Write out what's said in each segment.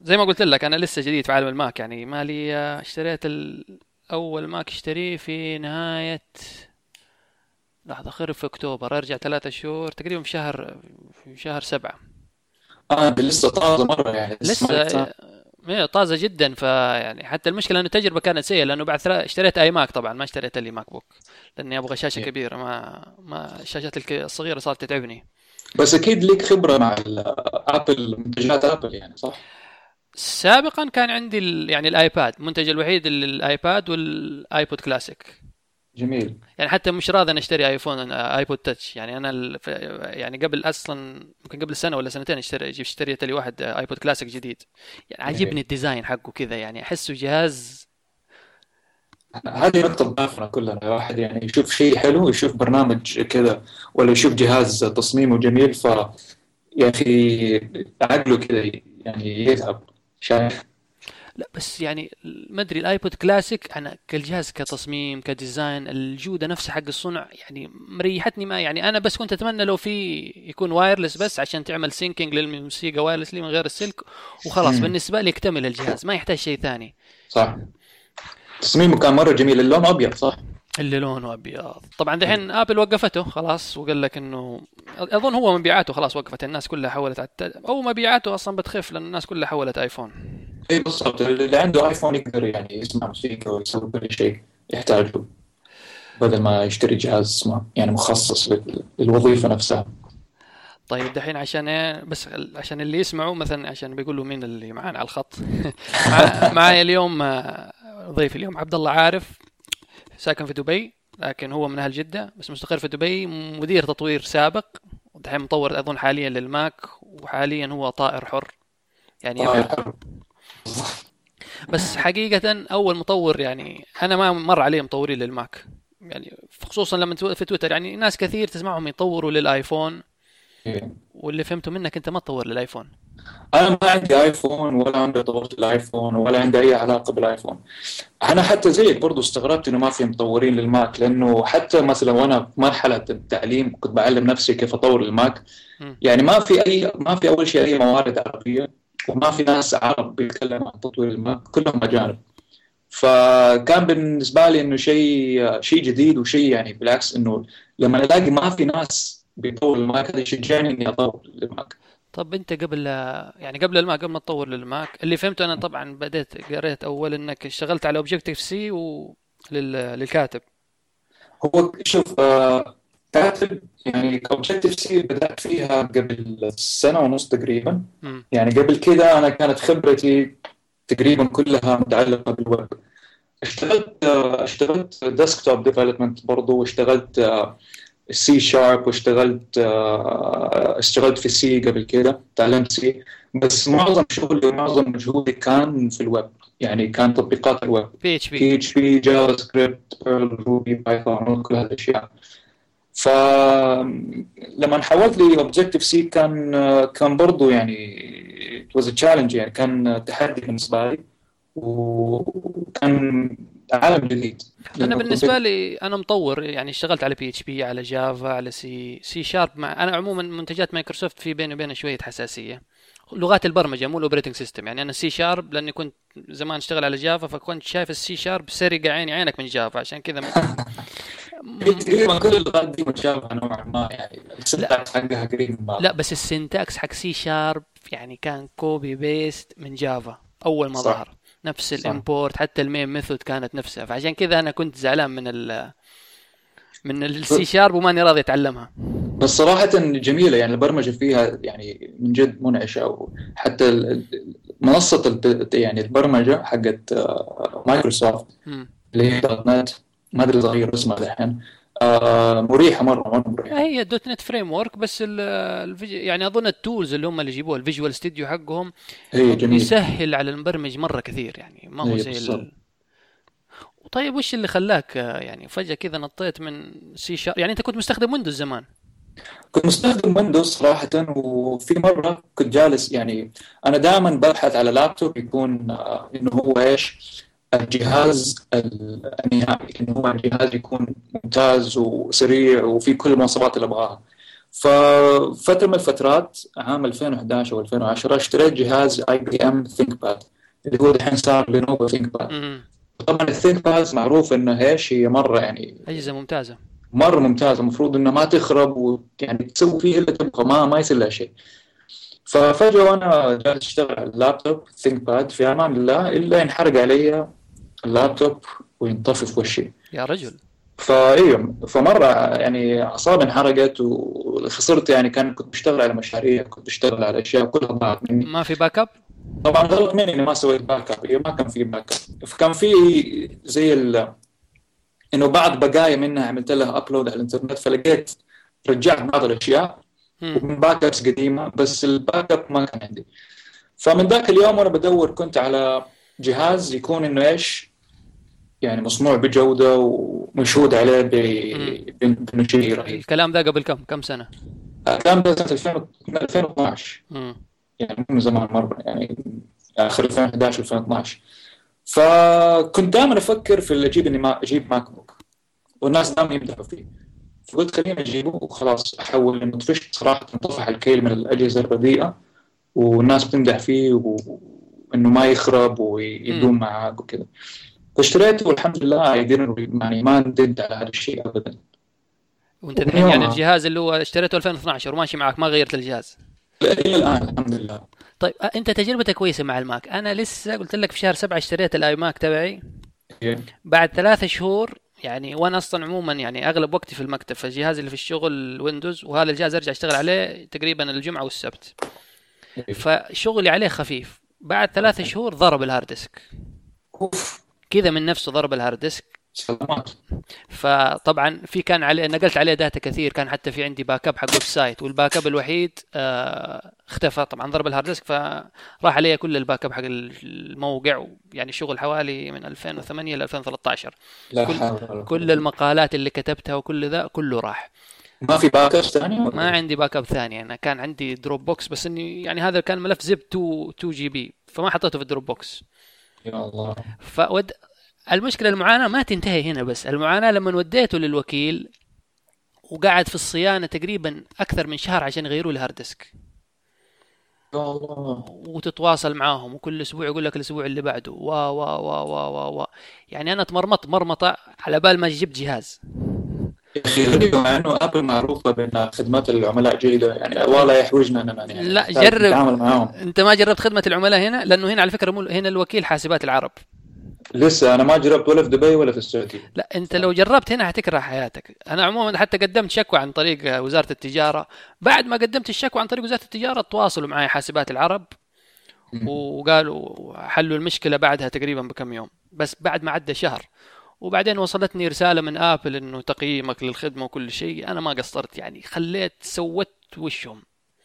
زي ما قلت لك انا لسه جديد في عالم الماك، يعني ما لي اشتريت اول ماك اشتريه في نهاية، لحظة، خير في اكتوبر، ارجع 3 شهور تقريبا، في شهر 7. دي لسه طازة مرة يعني، لسه لسه ما لك سنة. طازة جدا. فيعني حتى المشكلة انه التجربة كانت سيئة، لانه بعد اشتريت اي ماك، طبعا ما اشتريت لي ماك بوك، لاني ابغى شاشة إيه. كبيرة. ما الشاشات الصغيرة صارت تتعبني. بس أكيد ليك خبرة مع آبل، منتجات آبل يعني، صح؟ سابقا كان عندي يعني الايباد، المنتج الوحيد الايباد والايبود كلاسيك. جميل. يعني حتى مش راضي انا اشتري ايفون، ايبود تاتش. يعني انا يعني قبل اصلا، ممكن قبل سنه ولا سنتين اشتريت لي واحد ايبود كلاسيك جديد. يعني عجبني إيه. الديزاين حقه كذا، يعني احسه جهاز. هذه نقطة ضعفنا كلنا، الواحد يعني يشوف شيء حلو، يشوف برنامج كذا ولا يشوف جهاز تصميمه جميل، يا أخي عقله كذا يعني يذهب. شايف؟ لا بس يعني ما ادري، الايبود كلاسيك انا كالجهاز كتصميم كديزاين، الجوده نفسها حق الصنع يعني مريحتني. ما يعني انا بس كنت اتمنى لو في يكون وايرلس، بس عشان تعمل سينكينج للموسيقى وايرلسلي من غير السلك، وخلاص امم. بالنسبه لي يكتمل الجهاز، ما يحتاج شيء ثاني. صح. تصميمه كان مرة جميل، اللون أبيض صح؟ اللي لونه ابيض، طبعا إيه. دحين ابل وقفته خلاص، وقال لك انه، اظن هو مبيعاته خلاص وقفت، الناس كلها حولت او مبيعاته اصلا بتخف، لان الناس كلها حولت ايفون. اي بالضبط، اللي عنده ايفون يقدر يعني يسمع موسيقى ويسوي كل شيء يحتاجه، بدل ما يشتري جهاز يعني مخصص للوظيفة نفسها. طيب دحين عشان ايه، بس عشان اللي يسمعوا مثلا، عشان بيقولوا مين اللي معانا على الخط. معايا اليوم ضيف اليوم عبد الله عارف، ساكن في دبي، لكن هو من اهل جدة بس مستقر في دبي، مدير تطوير سابق، ودحين مطور اظن حاليا للماك، وحاليا هو طائر حر، يعني طاير يبحث. حر. بس حقيقة أول مطور، يعني أنا ما مر علي مطورين للماك، يعني خصوصا لما في تويتر، يعني ناس كثير تسمعهم يطوروا للآيفون، إيه. واللي فهمته منك أنت ما تطور للآيفون. انا ما عندي ايفون ولا عمري طورت الايفون ولا عندي اي علاقة بالايفون. انا حتى زيك برضو استغربت انه ما في مطورين للماك، لانه حتى مثلا وانا في مرحلة التعليم كنت بعلم نفسي كيف اطور الماك. مم. يعني ما في اول شيء اي موارد عربية، وما في ناس عرب بيتكلموا عن تطوير الماك، كلهم اجانب. فكان بالنسبه لي انه شيء جديد، وشيء يعني بالعكس، انه لما الاقي ما في ناس بيطوروا الماك هذا يشجعني اني اطور الماك. طب أنت قبل، يعني قبل الماك، قبل ما تطور للماك، اللي فهمته أنا طبعا بديت قريت أول إنك اشتغلت على أوبجيكتيف سي للكاتب. هو شوف، كاتب يعني كوبجكتيف سي بدات فيها قبل سنه ونص تقريبا. مم. يعني قبل كذا انا كانت خبرتي تقريبا كلها متعلقه بالويب. اشتغلت ديسكتوب ديفلوبمنت برضو، واشتغلت السي شارب، واشتغلت اشتغلت في سي قبل كده، تعلمت سي. بس معظم شغلي ومعظم مجهودي كان في الويب، يعني كان تطبيقات الويب. بي اتش بي. بي اتش بي، جافا سكريبت، بيرل، روبي، بايثون، كل هذه الاشياء. فلما حولت لي اوبجكتيف سي كان برضو يعني it was a challenge، يعني كان تحدي بالنسبه لي، وكان عالم جديد انا لانه بالنسبه التطبيق. لي انا مطور، يعني اشتغلت على بي اتش بي، على جافا، على سي شارب. مع انا عموما منتجات مايكروسوفت في بيني وبينها شويه حساسيه، لغات البرمجه مو الاوبريتنج سيستم. يعني انا سي شارب لاني كنت زمان اشتغل على جافا، فكنت شايف السي شارب سرق عيني عينك من جافا، عشان كذا تقريبا كل اللغات دي متشابهه نوعا ما، يعني لا السنتكس حقها قريب من لا، بعض. بس السنتكس حق سي شارب يعني كان كوبي بيست من جافا اول ما صح. ظهر، نفس صح. الامبورت، حتى المين ميثود كانت نفسها. فعشان كذا انا كنت زعلان من السي شارب، وماني راضي اتعلمها. بس صراحة جميلة، يعني البرمجة فيها يعني من جد منعشة، وحتى منصة يعني البرمجة حقت مايكروسوفت مم. اللي هي دوت نت، ما أدري صغير اسمها الحين. مريحة مرة مرة مريحة. هي دوت نت فريم ورك، بس يعني اظن التولز اللي هم اللي يجيبوها، الفيجوال ستوديو حقهم هي جميل. يسهل على المبرمج مره كثير، يعني ما هو هي زي بالضبط. طيب وش اللي خلاك يعني فجأة كذا نطيت من سي شارب؟ يعني انت كنت مستخدم ويندوز زمان. كنت مستخدم ويندوز صراحة، وفي مرة كنت جالس يعني، أنا دائما ببحث على لابتوب يكون إنه هو إيش الجهاز النهائي، إنه هو الجهاز يكون ممتاز وسريع وفي كل المواصفات اللي أبغاها. ففترة من الفترات عام 2011 او 2010 اشتريت جهاز اي بي ام ثينك باد اللي هو الحين صار لينوفو ثينك باد. امم. طبعا الثينك باد معروف انه ايش، هي مرة يعني اجهزه ممتازه. مرة ممتازة، المفروض انها ما تخرب ويعني تسوي فيه اللي تبغى، ما يصير لها شيء. ففجأة وانا جالس اشتغل على اللابتوب ثينك باد في امان الله الا ينحرق علي اللابتوب وينطفي في وشي. يا رجل. فايوه، فمره يعني اعصابي انحرقت وخسرت، يعني كنت بشتغل على مشاريع، كنت بشتغل على اشياء كلها ضاعت مني. ما في باك اب؟ طبعا غلط مني اني ما سويت باك اب، ما كان في باك اب، فكان في زي انه بعض بقايا منها عملت لها ابلود على الانترنت، فلقيت رجعت بعض الاشياء ومن باك ابس قديمه، بس الباك اب ما كان عندي. فمن ذاك اليوم وانا بدور كنت على جهاز يكون انه ايش، يعني مصنوع بجودة ومشهود عليه بأنه شيء رهيب. الكلام ده قبل كم سنة؟ الكلام ده سنة 2012. يعني من زمان مرة، يعني آخر 2011 2012. فكنت دائما أفكر في اللي أجيب إني ما أجيب ماك بوك، والناس دائما يمدحوا فيه، فقلت خليني أجيبه وخلاص أحول، لأنه طفشت صراحة، انطفح الكيل من الأجهزة الرديئة والناس بتمدح فيه وإنه ما يخرب ويدوم معاك وكذا. فاشتريته والحمد لله يعني ما ندمت على هذا الشيء ابدا. وانت الحين يعني الجهاز اللي هو اشتريته 2012 وماشي معك، ما غيرت الجهاز؟ الى الان الحمد لله. طيب انت تجربتك كويسه مع الماك. انا لسه قلت لك في شهر 7 اشتريت الاي ماك تبعي بعد 3 شهور، يعني وانا اصلا عموما يعني اغلب وقتي في المكتب، فالجهاز اللي في الشغل ويندوز، وهذا الجهاز ارجع اشتغل عليه تقريبا الجمعه والسبت، فشغلي عليه خفيف. بعد 3 شهور ضرب الهارد ديسك كذا من نفسه، ضرب الهارد ديسك. فطبعا في كان عليه نقلت عليه داتا كثير، كان حتى في عندي باك اب حق ويب سايت، والباك اب الوحيد اختفى طبعا، ضرب الهارد ديسك، فراح عليه كل الباك اب حق الموقع، يعني شغل حوالي من 2008 ل 2013. كل المقالات اللي كتبتها وكل ذا كله راح. ما في باك اب ثاني؟ ما عندي باك اب ثاني. انا كان عندي دروب بوكس، بس اني يعني هذا كان ملف زب 2 جي بي، فما حطيته في الدروب بوكس. يا الله. المشكلة المعاناة ما تنتهي هنا بس، المعاناة لما وديته للوكيل وقعد في الصيانة تقريبا أكثر من شهر عشان يغيروا الهارد ديسك. يا الله. وتتواصل معاهم وكل أسبوع يقول لك الأسبوع اللي بعده و يعني أنا تمرمط مرمطة على بال ما جبت جهاز. يا أخي غريب، مع إنه أبل معروفة بأن خدمات العملاء جيدة، يعني والله يحوجنا أننا يعني لا جرب معاهم. أنت ما جربت خدمة العملاء هنا؟ لأنه هنا على فكرة هنا الوكيل حاسبات العرب. لسه أنا ما جربت ولا في دبي ولا في السعودية. لا أنت لو جربت هنا هتكره حياتك. أنا عموما حتى قدمت شكوى عن طريق وزارة التجارة، بعد ما قدمت الشكوى عن طريق وزارة التجارة تواصلوا معي حاسبات العرب وقالوا حلوا المشكلة بعدها تقريبا بكم يوم، بس بعد ما عدى شهر. وبعدين وصلتني رسالة من آبل إنه تقييمك للخدمة وكل شيء. أنا ما قصرت، يعني سوت وشهم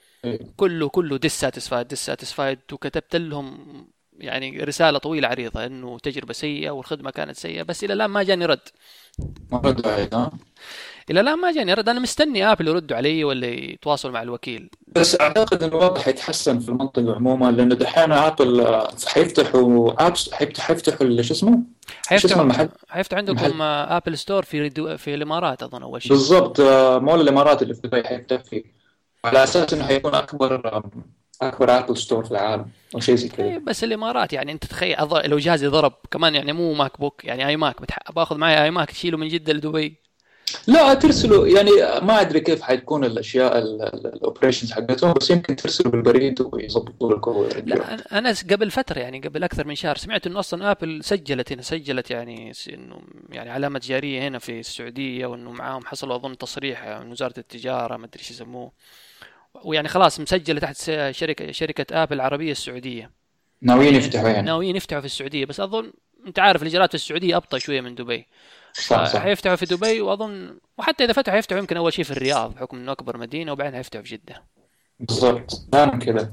كله dissatisfied وكتبت لهم يعني رسالة طويلة عريضة إنه تجربة سيئة والخدمة كانت سيئة، بس إلى الآن ما جاني رد. ما رد عليك؟ إلى الآن ما جاني رد. أنا مستني آبل يردوا علي ولا يتواصلوا مع الوكيل. بس أعتقد إنه الوضع حيتحسن في المنطقة عموما، لأنه دحين آبل حيفتحوا أبس، حيفتحوا شو اسمه المحل، حيفتح عندكم آبل ستور في الإمارات أظن أول شيء. بالضبط، مول الإمارات اللي في دبي حيفتح فيه، على أساس إنه حيكون أكبر آبل ستور في العالم أو شيء زي كذا. بس الإمارات يعني أنت تخيل لو جهازي ضرب كمان، يعني مو ماك بوك، يعني آي ماك، باخذ معي آي ماك تشيله من جدة لدبي. لا ترسلوا، يعني ما أدري كيف حتكون الأشياء الأوبريشنز حقتهم، بس يمكن ترسلوا بالبريد ويضبطوا لك. لا أنا قبل فترة، يعني قبل أكثر من شهر، سمعت إنه أصلا آبل سجلت يعني إنه يعني علامة تجارية هنا في السعودية، وإنه معاهم حصلوا أظن تصريح من وزارة التجارة، ما أدري إيش يسموه، ويعني خلاص مسجلة تحت شركة آبل العربية السعودية. ناويين يفتحوا يعني. ناويين يفتحوا في السعودية، بس أظن أنت عارف الإجراءات في السعودية أبطأ شوية من دبي. صح. حيفتحوا في دبي، وأظن وحتى إذا فتحوا يفتحوا يمكن أول شيء في الرياض بحكم إنه أكبر مدينة، وبعدين هيفتحوا في جدة. بالضبط، دائما كذا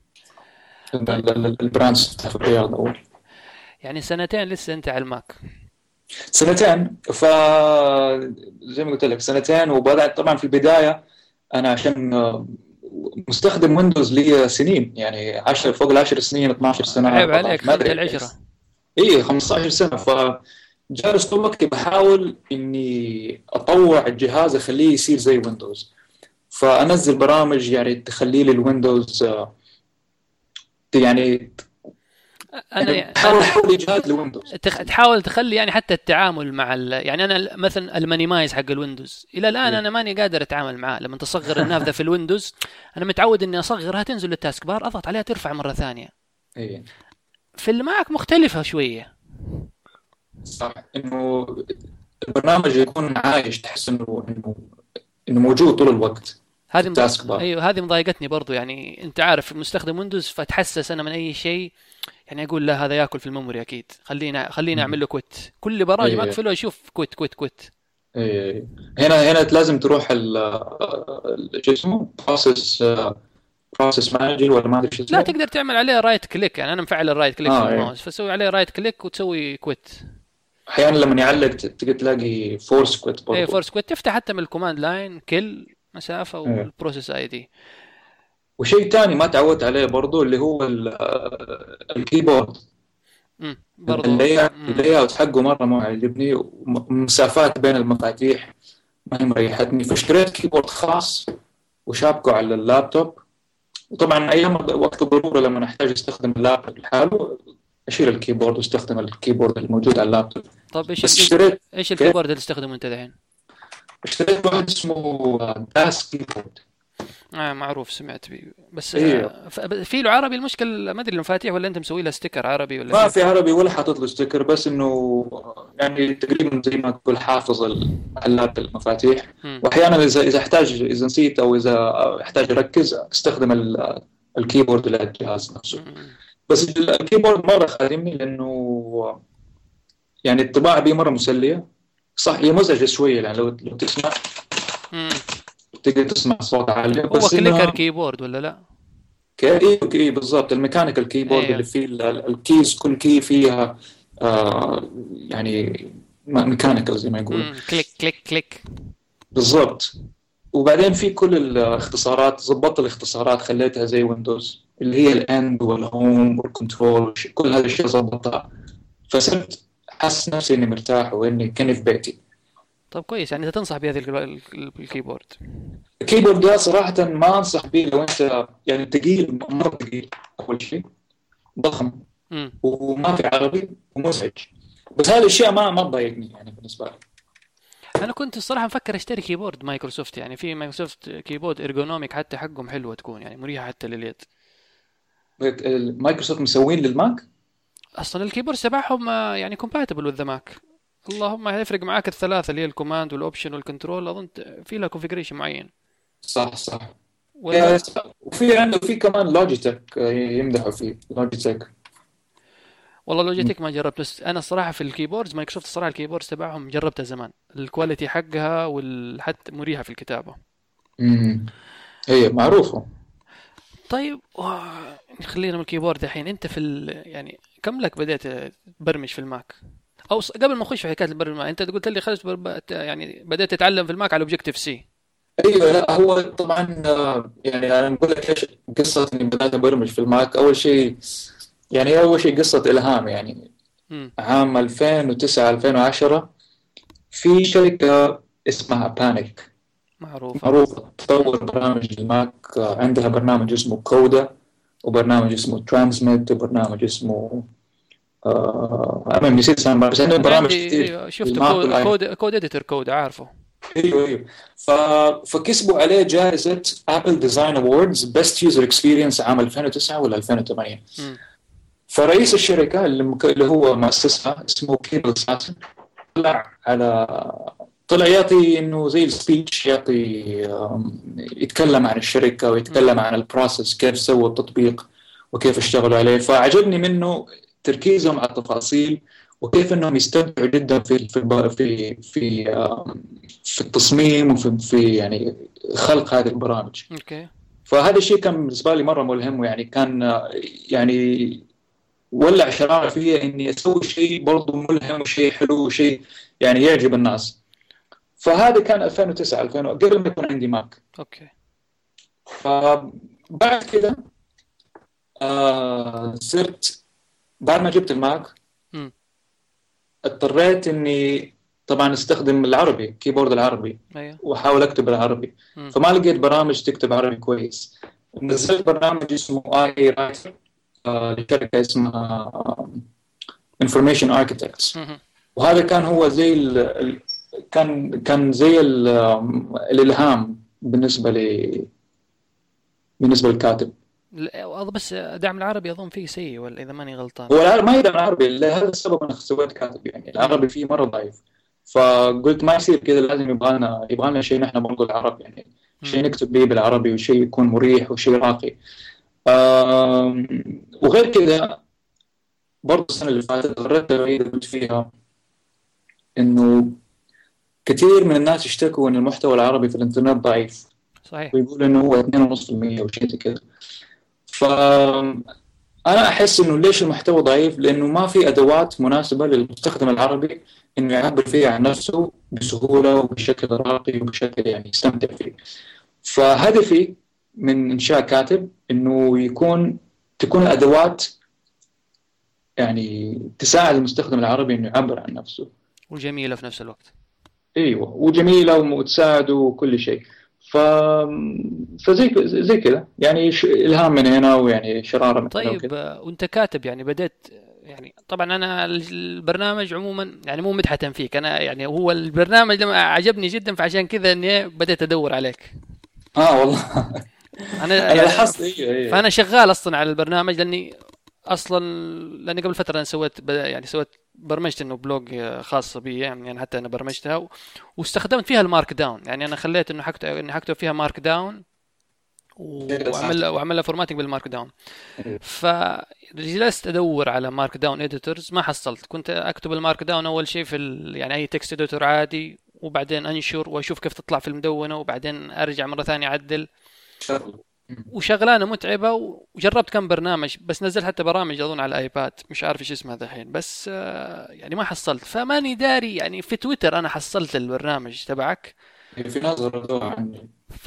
البراندز تفتح في الرياض أول. يعني 2 لسه أنت على الماك. 2 زي ما قلت لك 2. وبدأت طبعا في البداية أنا عشان مستخدم ويندوز لي سنين، يعني 10 فوق 10 سنين، 12 سنة. عيب عليك، خدت العشرة. 15 سنة. فجالس طول وقتي بحاول إني أطوع الجهاز أخليه يصير زي ويندوز. فانزل برامج يعني تخلي لي الويندوز يعني انا بحاول ايجاد الويندوز. تحاول تخلي يعني حتى التعامل مع يعني انا مثلا المانيمايز حق الويندوز الى الان ايه انا ماني قادر اتعامل معاه. لما تصغر النافذه في الويندوز انا متعود اني اصغرها تنزل للتاسك بار، اضغط عليها ترفع مره ثانيه. ايه في الماك مختلفه شويه. صح، انه البرنامج يكون عايش، تحس انه موجود طول الوقت في التاسك بار. ايوه هذه مضايقتني برضو. يعني انت عارف مستخدم ويندوز فتحسس انا من اي شيء، يعني اقول لا هذا ياكل في الميموري اكيد، خلينا اعمل له كويت. كل برامج ما ايه اقفله اشوف كويت كويت كويت. ايه هنا لازم تروح شو اسمه بروسيس مانجر، ولا ما ادري شو لا اسمه. تقدر تعمل عليه رايت كليك، يعني انا مفعل الرايت كليك في ايه الماوس، فسوي عليه رايت كليك وتسوي كويت. احيانا لما يعلق تقدر تلاقي فورس كويت اي برضو. فورس كويت تفتح حتى من الكوماند لاين كل مسافه ايه والبروسيس اي دي. وشيء تاني ما تعودت عليه برضو، اللي هو الكيبورد. برضو. اللاي اوت حقه مره مو عاجبني، ومسافات بين المفاتيح ما هي مريحتني، فاشتريت كيبورد خاص وشابكه على اللابتوب. وطبعا ايام وقت الضروره لما احتاج استخدم اللابتوب لحاله اشيل الكيبورد واستخدم الكيبورد الموجود على اللابتوب. طب بس اشتريت ايش كيف الكيبورد اللي تستخدمه انت دحين؟ اشتريت واحد اسمه داس كيبورد. معروف سمعت بيه، بس ايوه في له عربي. المشكله ما ادري المفاتيح ولا انت مسوي لها ستيكر عربي ولا ما كيف؟ في عربي ولا حاطط له ستيكر، بس انه يعني تقريبا زي ما تقول حافظ محلات المفاتيح. مم. واحيانا اذا نسيت او اذا احتاج اركز استخدم الكيبورد للجهاز نفسه. مم. بس الكيبورد مره خادمني، لانه يعني الطباعه بيه مره مسليه. صح هي مزعجه شويه، يعني لو تسمع مم. تقدر تسمع صوت عالي، هو بس كليكر انها كيبورد ولا لا؟ ايه بالضبط الميكانيكال كيبورد اللي ايوه. فيه الكيز، كل كي فيها يعني ميكانيكال زي ما يقولوا. كليك كليك كليك. بالضبط. وبعدين في كل الاختصارات، ضبطت الاختصارات خليتها زي ويندوز، اللي هي الاند والهوم والكنترول، كل هذه الاشياء ضبطتها. فصرت حاسس نفسي اني مرتاح واني كاني في بيتي. طب كويس، يعني انت تنصح بهذه الكيبورد؟ الكيبورد ده صراحة ما أنصح به لو أنت يعني ثقيل، مرة ثقيل أول شيء، ضخم، مم. وما في عربي ومزعج. بس هذه الأشياء ما تضايقني يعني بالنسبة لي. انا كنت الصراحه مفكر اشتري كيبورد مايكروسوفت، يعني في مايكروسوفت كيبورد ارجونوميك حتى حقهم حلوه تكون، يعني مريحه حتى لليد. مايكروسوفت مسوين للماك. اصلا الكيبورد تبعهم يعني كومباتبل وذ ماك. اللهم هيفرق معاك الثلاثه اللي هي الكوماند والاوبشن والكنترول، اظن في لها كونفيجريشن معين صح ولا؟ وفي عنده في كمان لوجيتك، يمدحوا فيه لوجيتك. والله لوجيتك ما جربت، بس انا الصراحه في الكيبوردز مايكروسوفت الصراحه الكيبوردز تبعهم جربتها زمان، الكواليتي حقها حتى مريحه في الكتابه. امم هي معروفة. طيب خلينا من الكيبورد الحين. انت في يعني كم لك بدأت تبرمج في الماك؟ او قبل ما نخش في حكايه البرمجه، انت قلت لي خلص يعني بدأت تتعلم في الماك على اوبجكتيف سي. ايوه لا هو طبعا يعني انا بقول لك ايش قصه اني بدات ابرمج في الماك. اول شيء قصه الهام يعني. امم. عام 2009 2010 في شركه اسمها بانيك، معروفه. معروفه تطور برامج الماك. عندها برنامج اسمه كودا، وبرنامج اسمه ترانسميت، وبرنامج اسمه انا نسيت اسمه، بس عندهم انا برامج عندي كثير أيوة، شفت للماك والاي. كود اديتور كود عارفه. ايوه ف... فكسبوا عليه جائزة ابل ديزاين اووردز بيست يوزر اكسبيرينس عام 2009 ولا 2008. امم. فرئيس الشركة اللي هو مؤسسها اسمه كيبل ساتن، طلع على طلع يعطي انه زي السبيتش، يعطي يتكلم عن الشركة ويتكلم عن البروسيس، كيف سووا التطبيق وكيف اشتغلوا عليه. فعجبني منه تركيزهم على التفاصيل، وكيف انهم يستمتعوا جدا في التصميم وفي يعني خلق هذه البرامج. اوكي. فهذا الشيء كان بالنسبه لي مره ملهم، ويعني كان يعني ولع شرارة فيا اني اسوي شيء برضه ملهم وشيء حلو وشيء يعني يعجب الناس. فهذا كان 2009 قبل ما يكون عندي ماك. اوكي. فبعد كده صرت بعد ما جبت الماك امم. اضطريت اني طبعا استخدم العربي، كيبورد العربي، ايوه. واحاول اكتب بالعربي. مم. فما لقيت برامج تكتب عربي كويس. نزلت برنامج اسمه اي رايتر لشركه اسمها انفورميشن اركيتكتس. مهم. وهذا كان هو زي كان زي الالهام بالنسبه للكاتب. بس دعم العربي اظن فيه سيء، ولا اذا ماني غلطان. هو العربي ما يدعم العربي، هذا السبب انا سويت كاتب، يعني مم. العربي فيه مره ضعيف. فقلت ما يصير كذا، لازم يبغى لنا شيء نحن برضو العرب، يعني مم. شيء نكتب به بالعربي وشيء يكون مريح وشيء راقي. وغير كذا برضو السنه اللي فاتت قررت قلت فيها انه كثير من الناس يشتكوا ان المحتوى العربي في الانترنت ضعيف، صحيح. ويقولوا انه هو 2.5% او شيء زي كذا. أنا أحس إنه ليش المحتوى ضعيف؟ لأنه ما في أدوات مناسبة للمستخدم العربي إنه يعبر فيها عن نفسه بسهولة وبشكل راقي وبشكل يعني يستمتع فيه. فهدفي من إنشاء كاتب إنه تكون الأدوات يعني تساعد المستخدم العربي إنه يعبر عن نفسه. وجميلة في نفس الوقت. أيوة، وجميلة وتساعده وكل شيء. ف... زي كذا يعني إلهام من هنا ويعني شرارة من هنا طيب وكذا. وانت كاتب يعني بدأت، يعني طبعا انا البرنامج عموما يعني مو مدحة فيك، انا يعني هو البرنامج لما عجبني جدا، فعشان كذا اني بدأت ادور عليك. والله. انا انا يعني لاحظت. ايوه. فانا شغال اصلا على البرنامج، لاني قبل فتره انا سويت برمجت انه بلوج خاصه بي، يعني حتى انا برمجتها واستخدمت فيها المارك داون. يعني انا خليت اني حكتب فيها مارك داون واعمل لها فورماتنج بالمارك داون. فجلست ادور على مارك داون اديتورز، ما حصلت. كنت اكتب المارك داون اول شيء يعني اي تكست اديتور عادي، وبعدين انشر واشوف كيف تطلع في المدونه، وبعدين ارجع مره ثانيه اعدل. وشغلانه متعبه. وجربت كم برنامج، بس نزلت حتى برامج اظن على الايباد، مش عارف ايش اسمها دحين، بس يعني ما حصلت. فماني داري، يعني في تويتر انا حصلت البرنامج تبعك، في ناس ردوها عني.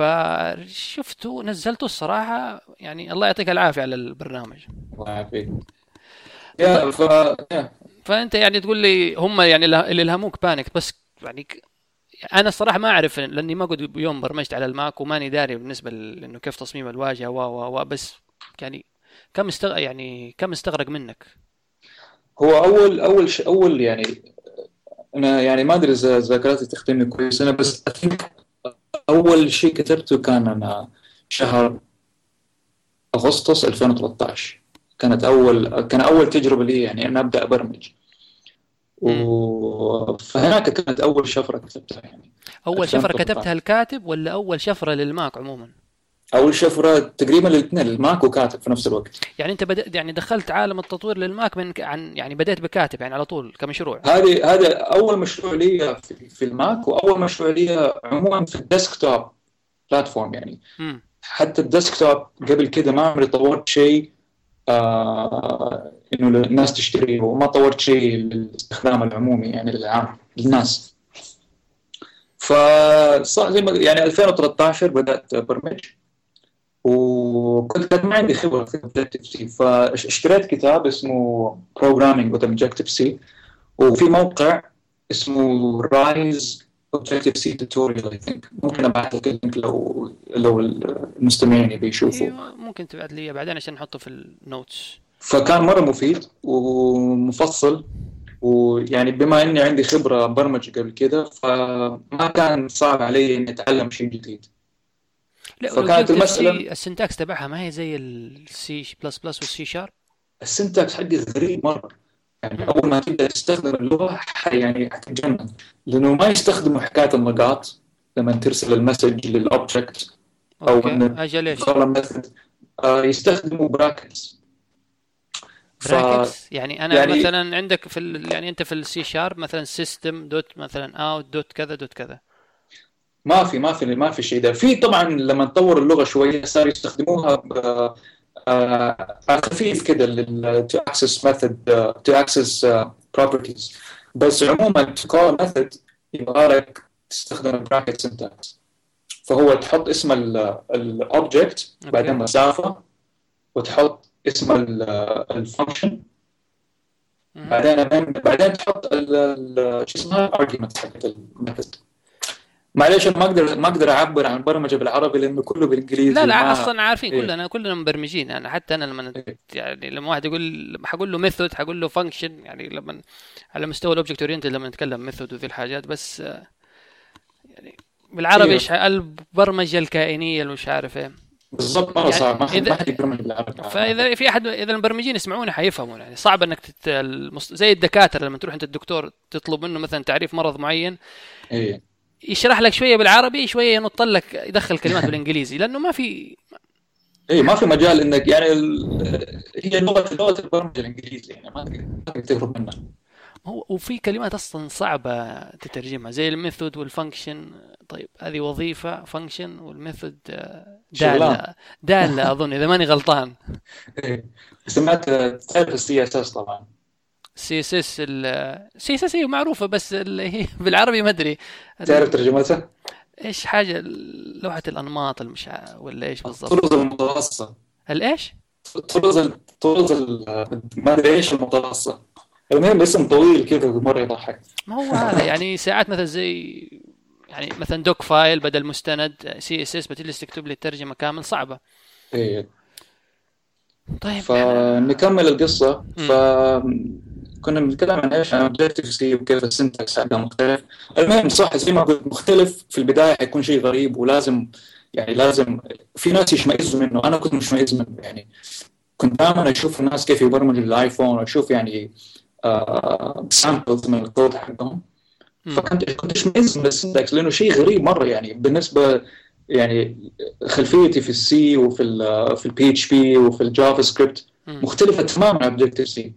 فشفته نزلته الصراحه، يعني الله يعطيك العافيه على البرنامج. الله يعافيك. ط- يا ف يا فانت يعني تقول لي هم يعني اللي الهموك بانكت بس، يعني انا الصراحه ما اعرف، لاني ما قد يوم برمجت على الماك، وماني داري بالنسبه لانه كيف تصميم الواجهه بس يعني كم استغرق منك؟ هو اول يعني انا يعني ما ادري اذا ذاكرتي تخدمني كويس، انا بس أثنك اول شيء كتبته كان انا شهر اغسطس 2013. كان اول تجربه لي، يعني انا ابدا ابرمج. امم فهناك كانت اول شفره كتبتها يعني اول شفره كتبتها 2013. الكاتب، ولا اول شفره للماك عموما؟ اول شفره تقريبا الاثنين، الماك وكاتب في نفس الوقت. يعني انت بدأت، يعني دخلت عالم التطوير للماك يعني بدأت بكاتب يعني على طول كمشروع؟ هذا اول مشروع لي في الماك، واول مشروع لي عموما في الديسكتوب بلاتفورم يعني. امم حتى الديسكتوب قبل كده ما عمري طورت شيء انه الناس تشتريه، وما طورت شيء للاستخدام العمومي يعني للعام للناس. فصار زي ما يعني 2013 بدأت برمج، وكنت ما عندي خبرة في Objective C، فاشتريت كتاب اسمه Programming with Objective C، وفي موقع اسمه Rise Objective C Tutorial I think. ممكن ابعث لك اللينك لو المستمعين يبي يشوفوا. ايوه ممكن تبعت لي بعدين عشان نحطه في النوتس. فكان مرة مفيد ومفصل، ويعني بما اني عندي خبرة برمجة قبل كده، فما كان صعب علي اني اتعلم شيء جديد. لا، فكانت والاوبجيكتيف المسألة سي السنتكس تبعها ما هي زي السي بلس بلس والسي شارب؟ السنتكس حقي غريب مرة. يعني أول ما تبدأ تستخدم اللغة يعني حتتجنن، لأنه ما يستخدموا حكاية النقاط لما ترسل المسج للأوبجكت، أو اوكي، إنك اجل ايش؟ تقارن مثلا. يستخدموا براكتس. ف براكتس؟ يعني انا يعني مثلا عندك يعني انت في السي شارب مثلا سيستم دوت مثلا اوت دوت كذا دوت كذا. ما في شيء ده. في طبعا لما نطور اللغة شوية صار يستخدموها على خفيف كده to access method to access properties. بس عموما to call a method يبغى لك تستخدم bracket syntax. فهو تحط اسم الاوبجكت بعدين اوكي. مسافة، وتحط اسم الفانكشن، مهم. بعدين تحط شو اسمها الارجيومنت حقت الميثود. معليش انا ما اقدر اعبر عن البرمجه بالعربي لانه كله لا بالانجليزي لا وما. اصلا عارفين، ايه. كلنا مبرمجين. انا حتى انا لما إيه. يعني لما واحد يقول حقول له ميثود حقول له فانكشن، يعني لما على مستوى الاوبجكت اورينتد لما نتكلم ميثود وذي الحاجات. بس يعني بالعربي ايوه ايش البرمجه الكائنيه اللي مش عارف ايه. بالضبط، مره يعني صعب، ما اذا حد يبرمج بالعربي فاذا في احد اذا المبرمجين يسمعونه حيفهمون. يعني صعب انك زي الدكاتره لما تروح انت الدكتور تطلب منه مثلا تعريف مرض معين، ايه. يشرح لك شويه بالعربي شويه ينط لك يدخل كلمات بالانجليزي، لانه ما في. ايه ما في مجال انك يعني هي لغه البرمجه الانجليزي، يعني ما تقدر تهرب منها. هو وفي كلمات اصلا صعبه تترجمها زي الميثود والفانكشن. طيب هذه وظيفه فانكشن، والميثود شغلان. داله اظن اذا ماني غلطان. ايه. سمعت. تعرف السي اس اس طبعا. سي اس اس السي اس اس هي معروفه، بس اللي هي بالعربي ما ادري تعرف ترجمتها؟ ايش حاجه لوحه الانماط المش ولا ايش بالضبط. الطرز المتوسطه. الايش. ما ادري ايش المتوسط. المهم اسم طويل كذا مره يضحك. ما هو هذا يعني ساعات مثلا زي يعني مثلا دوك فايل بدل مستند سي اس اس بتجلس تكتب لي الترجمه كامل صعبه. ايه. طيب احنا. فنكمل القصه. مم. كنا بنتكلم عن ايش؟ عن اوبجكتيف سي وكيف السنتكس حقها مختلف. المهم صح زي ما قلت مختلف في البدايه، حيكون شيء غريب ولازم يعني لازم في ناس يشمئزوا منه. انا كنت مشمئز منه يعني. كنت دائما اشوف الناس كيف يبرمجوا الايفون واشوف يعني سامبلز من الكود حقهم. مم. كنت اشمئز من السنتكس لانه شيء غريب مره يعني بالنسبه يعني خلفيتي في السي في البي اتش بي وفي الجافا سكريبت مم. مختلفه تماما عن اوبجكتيف سي.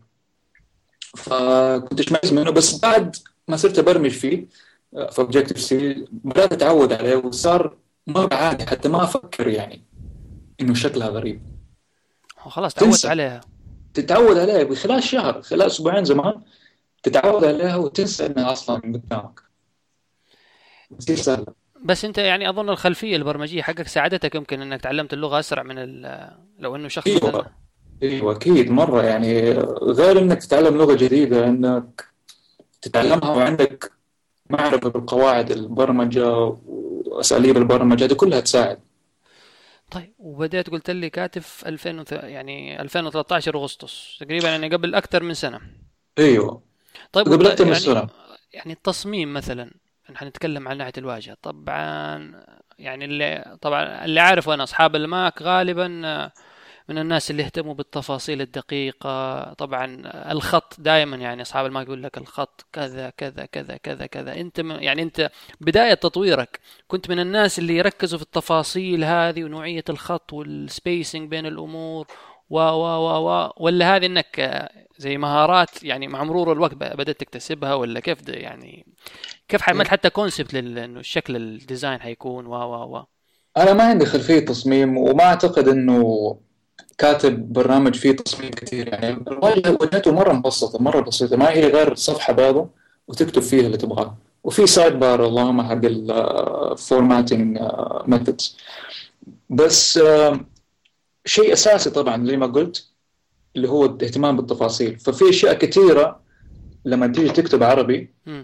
فكنت اشمئز منه، بس بعد ما صرت ابرمج فيه في اوبجكتيف سي بدات اتعود عليه وصار مره عادي، حتى ما افكر يعني انه شكلها غريب. خلاص تعودت تنسى. عليها. تتعود عليها بخلال شهر، خلال اسبوعين زمان تتعود عليها وتنسى انها اصلا من قدامك. تصير سهله. بس انت يعني اظن الخلفيه البرمجيه حقك ساعدتك يمكن انك تعلمت اللغه اسرع من لو انه شخص مثلا. ايوه. ايوه اكيد مره يعني. غير انك تتعلم لغه جديده، انك تتعلمها وعندك معرفه بالقواعد البرمجه واساليب البرمجه دي كلها تساعد. طيب وبدأت قلت لي كاتب في يعني 2013 اغسطس تقريبا، يعني قبل اكثر من سنه. ايوه طيب قبل اكثر من يعني سنه. التصميم مثلا، حنتكلم عن ناحيه الواجهه طبعا. يعني اللي عارفه انا اصحاب الماك غالبا من الناس اللي يهتموا بالتفاصيل الدقيقة. طبعا الخط دائما، يعني أصحاب الماك يقول لك الخط كذا كذا كذا كذا كذا. يعني أنت بداية تطويرك كنت من الناس اللي يركزوا في التفاصيل هذه ونوعية الخط والسبيسنج بين الأمور ولا هذه انك زي مهارات يعني مع مرور الوقت بدأت تكتسبها، ولا كيف يعني كيف عملت حتى كونسبت انه الشكل الديزاين حيكون و انا ما عندي خلفيه تصميم، وما اعتقد انه كاتب برنامج فيه تصميم كثير يعني. الواجهه وجهته مره مبسطه، مره بسيطه، ما هي غير صفحه بيضاء وتكتب فيها اللي تبغاه، وفي سايد بار اللهم حق الفورماتنج ميثودز. بس شيء اساسي طبعا زي ما قلت اللي هو الاهتمام بالتفاصيل. ففي اشياء كثيره لما تيجي تكتب عربي مم.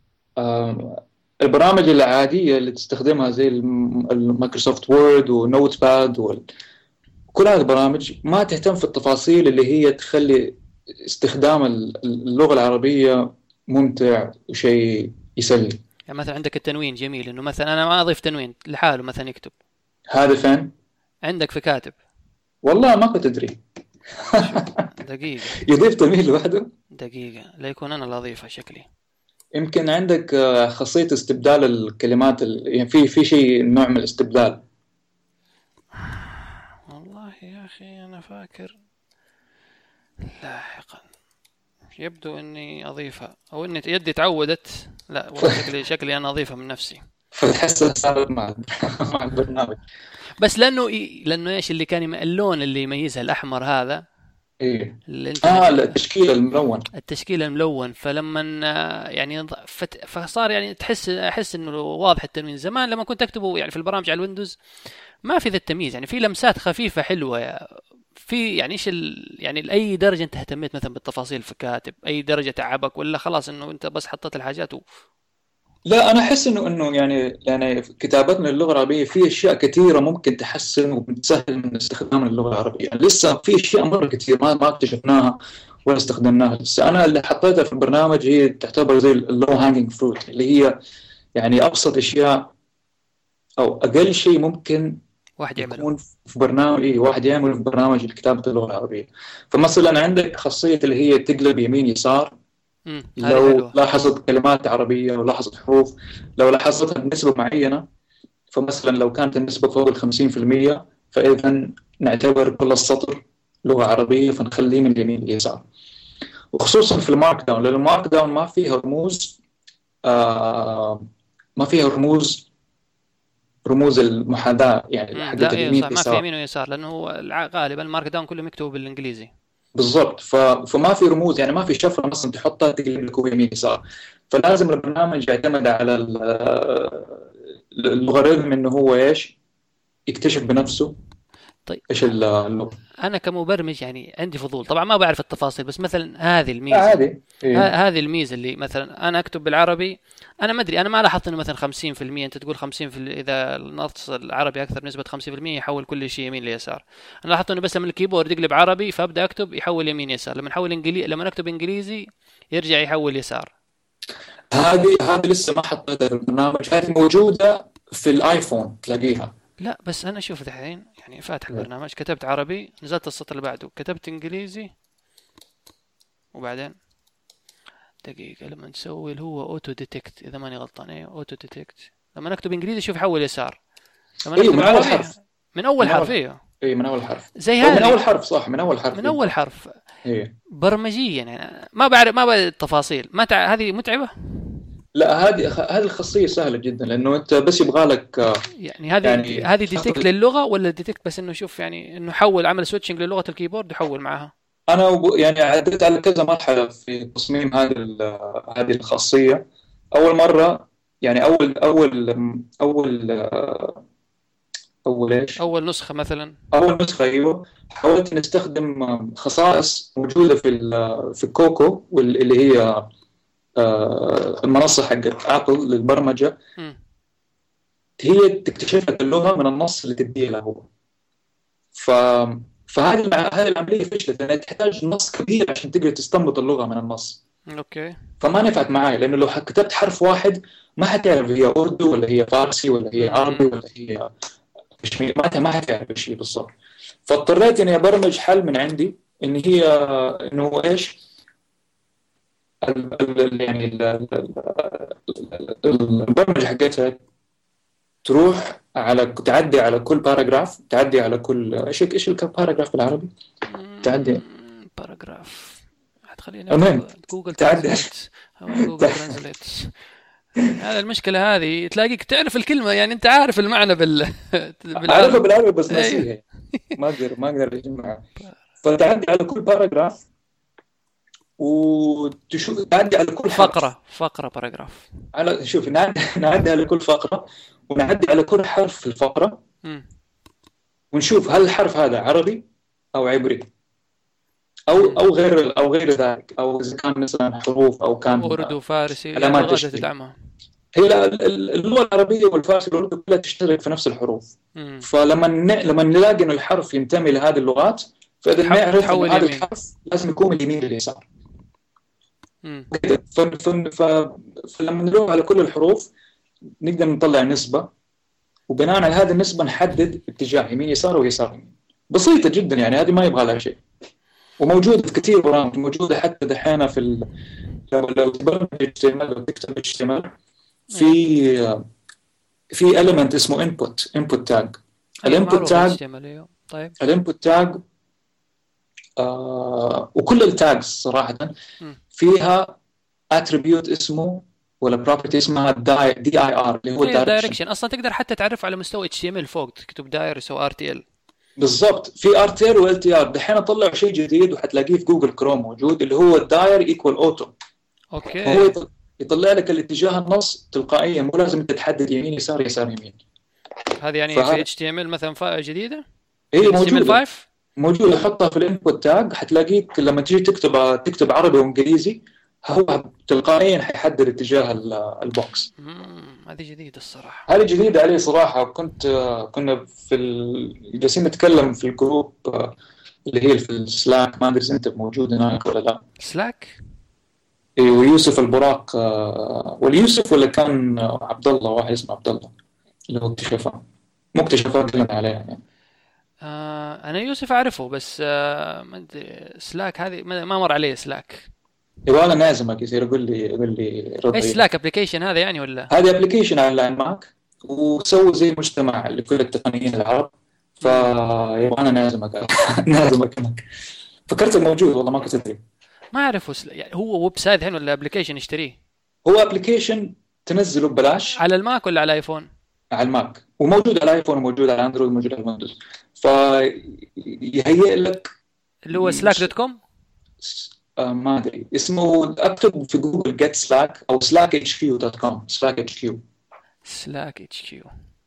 البرامج العاديه اللي تستخدمها زي المايكروسوفت وورد ونوت باد كل هذه البرامج ما تهتم في التفاصيل اللي هي تخلي استخدام اللغة العربية ممتع وشيء يسلي. يعني مثلا عندك التنوين جميل، انه مثلا انا ما اضيف تنوين لحاله مثلا يكتب. هذا فين؟ عندك في كاتب. والله ما كنت أدري. شوف دقيقة. يضيف تميل لوحده. دقيقة لا يكون انا اللي اضيفها شكلي. يمكن عندك خاصية استبدال الكلمات يعني في شيء نوع من الاستبدال. والله يا اخي انا فاكر لاحقا يبدو اني اضيفها او اني يدي تعودت. لا والله شكلي انا اضيفها من نفسي. فتحسها صارت مع مع البرنامج. بس لانه ايش اللي كان اللون اللي يميزها الاحمر هذا ايه. اللي انت مجي... التشكيل الملون. التشكيل الملون. فلما يعني فصار يعني احس انه واضح التنوين. زمان لما كنت اكتبه يعني في البرامج على الويندوز ما في ذا التمييز، يعني في لمسات خفيفة حلوة في يعني ايش يعني لاي درجه انت اهتميت مثلا بالتفاصيل في كاتب، اي درجه تعبك، ولا خلاص انه انت بس حطيت الحاجات لا، انا احس انه يعني في كتابتنا للغه العربيه في اشياء كثيره ممكن تحسن وبتسهل من استخدام اللغه العربيه. يعني لسه في اشياء مره كثير ما اكتشفناها ولا استخدمناها لسه. انا اللي حطيتها في البرنامج هي تعتبر زي اللو هانجينج فروت، اللي هي يعني ابسط اشياء او اقل شيء ممكن واحد يعمله. يكون في برنامج، واحد يعمله في برنامج لكتابه اللغه العربيه. فمثلا عندك خاصيه اللي هي تقلب يمين يسار. هذه لو حلوه. لاحظت كلمات عربية، لو لاحظت حروف، لو لاحظتها بنسبة معينة، فمثلا لو كانت النسبة فوق 50%، فإذا نعتبر كل السطر لغة عربية فنخليه من اليمين لليسار. وخصوصا في المارك داون، لأن المارك داون ما فيها رموز، ما فيها رموز المحاذاة يعني لا حقت ايه اليمين صح، ما في واليسار. يمين ويسار، لانه هو غالبا المارك داون كله مكتوب بالانجليزي. بالضبط. فما في رموز، يعني ما في شفرة مثلا تحطها تقلب لك يمين يسار. فلازم البرنامج يعتمد على اللوغاريتم، انه هو ايش يكتشف بنفسه طيب ايش اللغة. انا كمبرمج يعني عندي فضول، طبعا ما بعرف التفاصيل، بس مثلا هذه الميزه، عادي إيه. هذه الميزه اللي مثلا انا اكتب بالعربي، انا ما ادري، انا ما لاحظت انه مثلا 50%، انت تقول 50% اذا النص العربي اكثر بنسبه 50% يحول كل شيء يمين ليسار. انا لاحظت انه بس لما الكيبورد يقلب عربي فابدا اكتب يحول يمين يسار، لما احول لما اكتب انجليزي يرجع يحول يسار. هذه لسه ما حطيتها في البرنامج، هذه موجودة في الايفون تلاقيها. لا بس انا اشوف دحين يعني فاتح إيه. البرنامج، كتبت عربي، نزلت السطر اللي بعده كتبت انجليزي، وبعدين دقيقة لما نسوي اللي هو اوتو ديتكت، اذا ماني غلطان، ايه اوتو ديتكت، لما نكتب انجليزي شوف يحول يسار، لما ايوه نكتب من اول عربي حرف. من اول من حرف. اول ايه اي من اول حرف. زي او من هذه، اول حرف، صح، من اول حرف من إيه. اول حرف. إيه. برمجيا يعني ما بعرف، ما بعرف التفاصيل، ما هذه متعبة. لا، هذه الخاصية سهلة جدا، لانه انت بس يبغى لك يعني هذه ديتكت تاخذ. للغة، ولا ديتكت بس انه شوف يعني انه حول، عمل سويتشنج للغة الكيبورد يحول معها. انا يعني عديت على كذا مرحله في تصميم هذه الخاصيه. اول مره، يعني اول اول ايش اول نسخة مثلا. اول نسخه، ايوه، حاولت نستخدم خصائص موجوده في الكوكو، واللي هي المنصه حقت ابل للبرمجه. مم. هي تكتشف لك اللغه من النص اللي تديه له هو. ف هذه العمليه فشلت، لانها تحتاج نص كبير عشان تقدر تستنبط اللغه من النص. اوكي. فما نفعت معي، لانه لو كتبت حرف واحد ما حتعرف هي اردو ولا هي فارسي ولا هي عربي مم. ولا هي كشميري، ما حتعرف الشيء بالضبط. فاضطريت اني ابرمج حل من عندي، ان هي انه ايش يعني البرمجه حقتها تروح على تعدي على كل باراجراف، تعدي على كل ايش الباراجراف بالعربي؟ تعدي. باراجراف. خليني المهم اكتب جوجل تعدي. ترانزليت. جوجل ترانزليت. هذا المشكلة، هذه تلاقيك تعرف الكلمة، يعني انت عارف المعنى اعرفها بالعربي. بالعربي بس ايوه. ناسيها، ما اقدر اجمعها. فتعدي على كل باراجراف وتشوف، تعدي على كل حرف. فقرة باراجراف. شوف، نعدي على كل فقرة، ونعدي على كل حرف في الفقرة، مم. ونشوف هل الحرف هذا عربي أو عبري مم. أو غير ذلك، أو إذا كان مثلا حروف أو كان أردو، فارسي، يعني علامات اللغات اللي تشبيه. تدعمها. هي اللغة العربية والفارسي والأردو كلها تشترك في نفس الحروف. مم. لما نلاقي إنه الحرف ينتمي لهذه اللغات، فإذا نعرف إنه تحول هذا يمين. الحرف لازم يكون من اليمين لليسار. مم. فلما نروح على كل الحروف نقدر نطلع نسبة، وبناء على هذه النسبة نحدد اتجاه يمين يسار ويسار يمين. بسيطة جدا يعني، هذه ما يبغى لها شيء، وموجودة في كثير برامج، موجودة حتى دحين لو تبرمج HTML، لو تكتب HTML في element اسمه input tag. ايوه الانبوت معروف تاج HTML. ايوه طيب. الانبوت تاج وكل التاجز صراحة مم. فيها attribute اسمه ولا property اسمها DIR، اللي هو ايوه direction. دايركشن، اصلا تقدر حتى تعرف على مستوى HTML فوق، تكتب دايرس او RTL. بالضبط، في RTL و LTR. دحين طلعوا شيء جديد وحتلاقيه في جوجل كروم موجود، اللي هو الداير ايكوال اوتو. فهو اوكي. يطلع لك الاتجاه النص تلقائيا، مو لازم انت تحدد يمين يسار يمين. هذه يعني في HTML مثلا جديدة، هي HTML5. موجود، احطها في الانبوت تاج، حتلاقيك لما تجي تكتب عربي وانجليزي هو تلقائيا حيحدد اتجاه البوكس. هذه جديدة الصراحة. هذه جديدة علي صراحة. كنا جالسين نتكلم في الجروب اللي هي في السلاك، ما ادري اذا انت موجود هناك ولا لا. سلاك. إيه، ويوسف البراق، واليوسف ولا كان عبد الله، واحد اسمه عبد الله اللي هو اكتشفها، مكتشفات قلنا عليها يعني. انا يوسف اعرفه، بس ما ادري سلاك هذه ما مر عليه سلاك. يبغى نازمك يصير يقول لي ايش رضي. سلاك ابلكيشن هذا يعني ولا؟ هذه ابلكيشن على الماك، وسووا زي مجتمع لكل التقنيين العرب، مم. فيبغى انا نازمك نازمك هناك. فكرتك موجود والله، ما كنت ادري. ما اعرفه يعني هو ويب سايت الحين ولا ابلكيشن يشتريه؟ هو ابلكيشن تنزله ببلاش على الماك ولا على ايفون؟ على الماك، وموجود على الايفون، وموجود على اندرويد، وموجود على الويندوز. فيهيئ لك اللي هو سلاك دوت كوم. ما ادري اسمه، اكتب في جوجل جيت سلاك او slackhq.com سلاك اتش كيو. سلاك اتش كيو.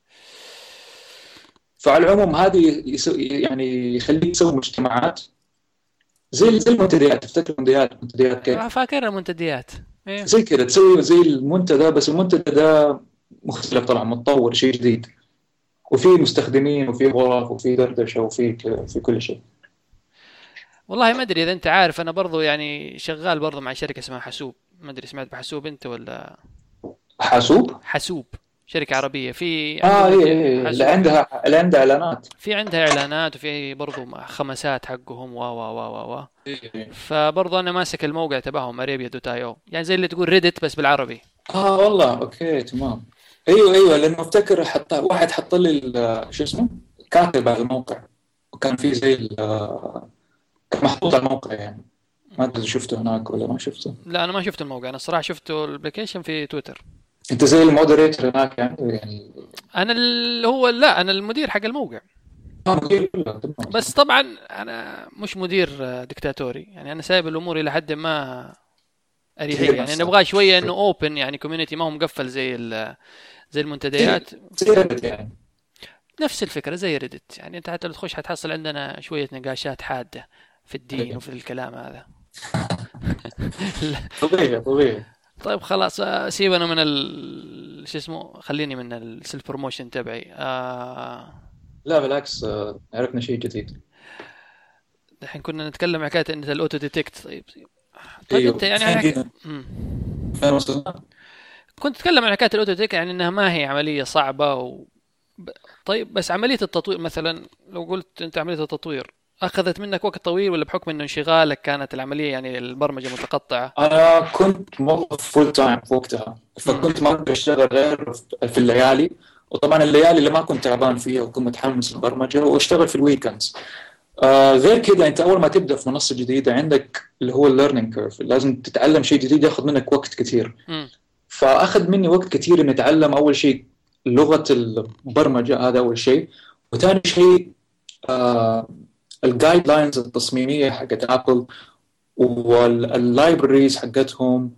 فعلى العموم هذه يعني يخليك تسوي مجتمعات زي المنتديات. تفتكر منتديات كيف؟ فاكر المنتديات. ايه. زي كذا تسوي زي المنتدى، بس المنتدى ده مختلف طبعا، متطور، شيء جديد، وفي مستخدمين، وفي غرف، وفي دردشه، وفي في كل شيء. والله ما ادري اذا انت عارف، انا برضو يعني شغال برضو مع شركة اسمها حاسوب. ما ادري سمعت بحاسوب انت ولا؟ حاسوب. حاسوب شركة عربية، في ايه عندهم ايه، حاسوب. اللي عندها اعلانات. في عندها اعلانات، وفي برضو خمسات حقهم و إيه. فبرضو انا ماسك الموقع تبعهم اريبيا دوت اي او، يعني زي اللي تقول ريدت بس بالعربي. والله اوكي تمام. ايوه لانه افتكر حتى واحد حط لي شو اسمه، كاتب على الموقع، وكان في زي كان محطوط على الموقع يعني. ما ادري إذا شفته هناك ولا ما شفته. لا انا ما شفت الموقع، انا الصراحة شفته الابلكيشن في تويتر. انت زي المودريتور هناك يعني. انا هو لا، انا المدير حق الموقع. مدير كله تمام. بس طبعا انا مش مدير دكتاتوري، يعني انا سايب الامور الى حد ما اريحيه، يعني نبغى شويه انه اوبن، يعني كوميونتي ما هو مقفل زي المنتديات. زي ريدت يعني. نفس الفكره زي ريدت، يعني انت حتى لو تخش حتحصل عندنا شويه نقاشات حاده في الدين وفي الكلام هذا. طبيعي. طيب خلاص، سيبنا من شو اسمه، خليني من السيلف بروموشن تبعي. لا بالعكس، عرفنا شيء جديد. الحين كنا نتكلم عن حكايه ان الاوتو ديتكت. طيب ايوه انت يعني فين كذا، فين وصلنا؟ كنت اتكلم عن حكايه الاوتو ديتكت، يعني انها ما هي عمليه صعبه ب... طيب بس عمليه التطوير مثلا، لو قلت انت عمليه التطوير اخذت منك وقت طويل، ولا بحكم انه انشغالك كانت العمليه يعني البرمجه متقطعه؟ انا كنت موظف فول تايم في وقتها، امم. فكنت ما أقدر اشتغل غير في الليالي. وطبعا الليالي اللي ما كنت تعبان فيها وكنت متحمس للبرمجه، واشتغل في الويكندز. غير كذا، انت اول ما تبدا في منصه جديده عندك اللي هو الليرنينج كيرف، لازم تتعلم شيء جديد ياخذ منك وقت كثير. امم. فاخذ مني وقت كثير اني اتعلم اول شيء لغه البرمجه، هذا اول شيء. وثاني شيء الجايد لاينز التصميميه حقت ابل، واللايبريز حقتهم،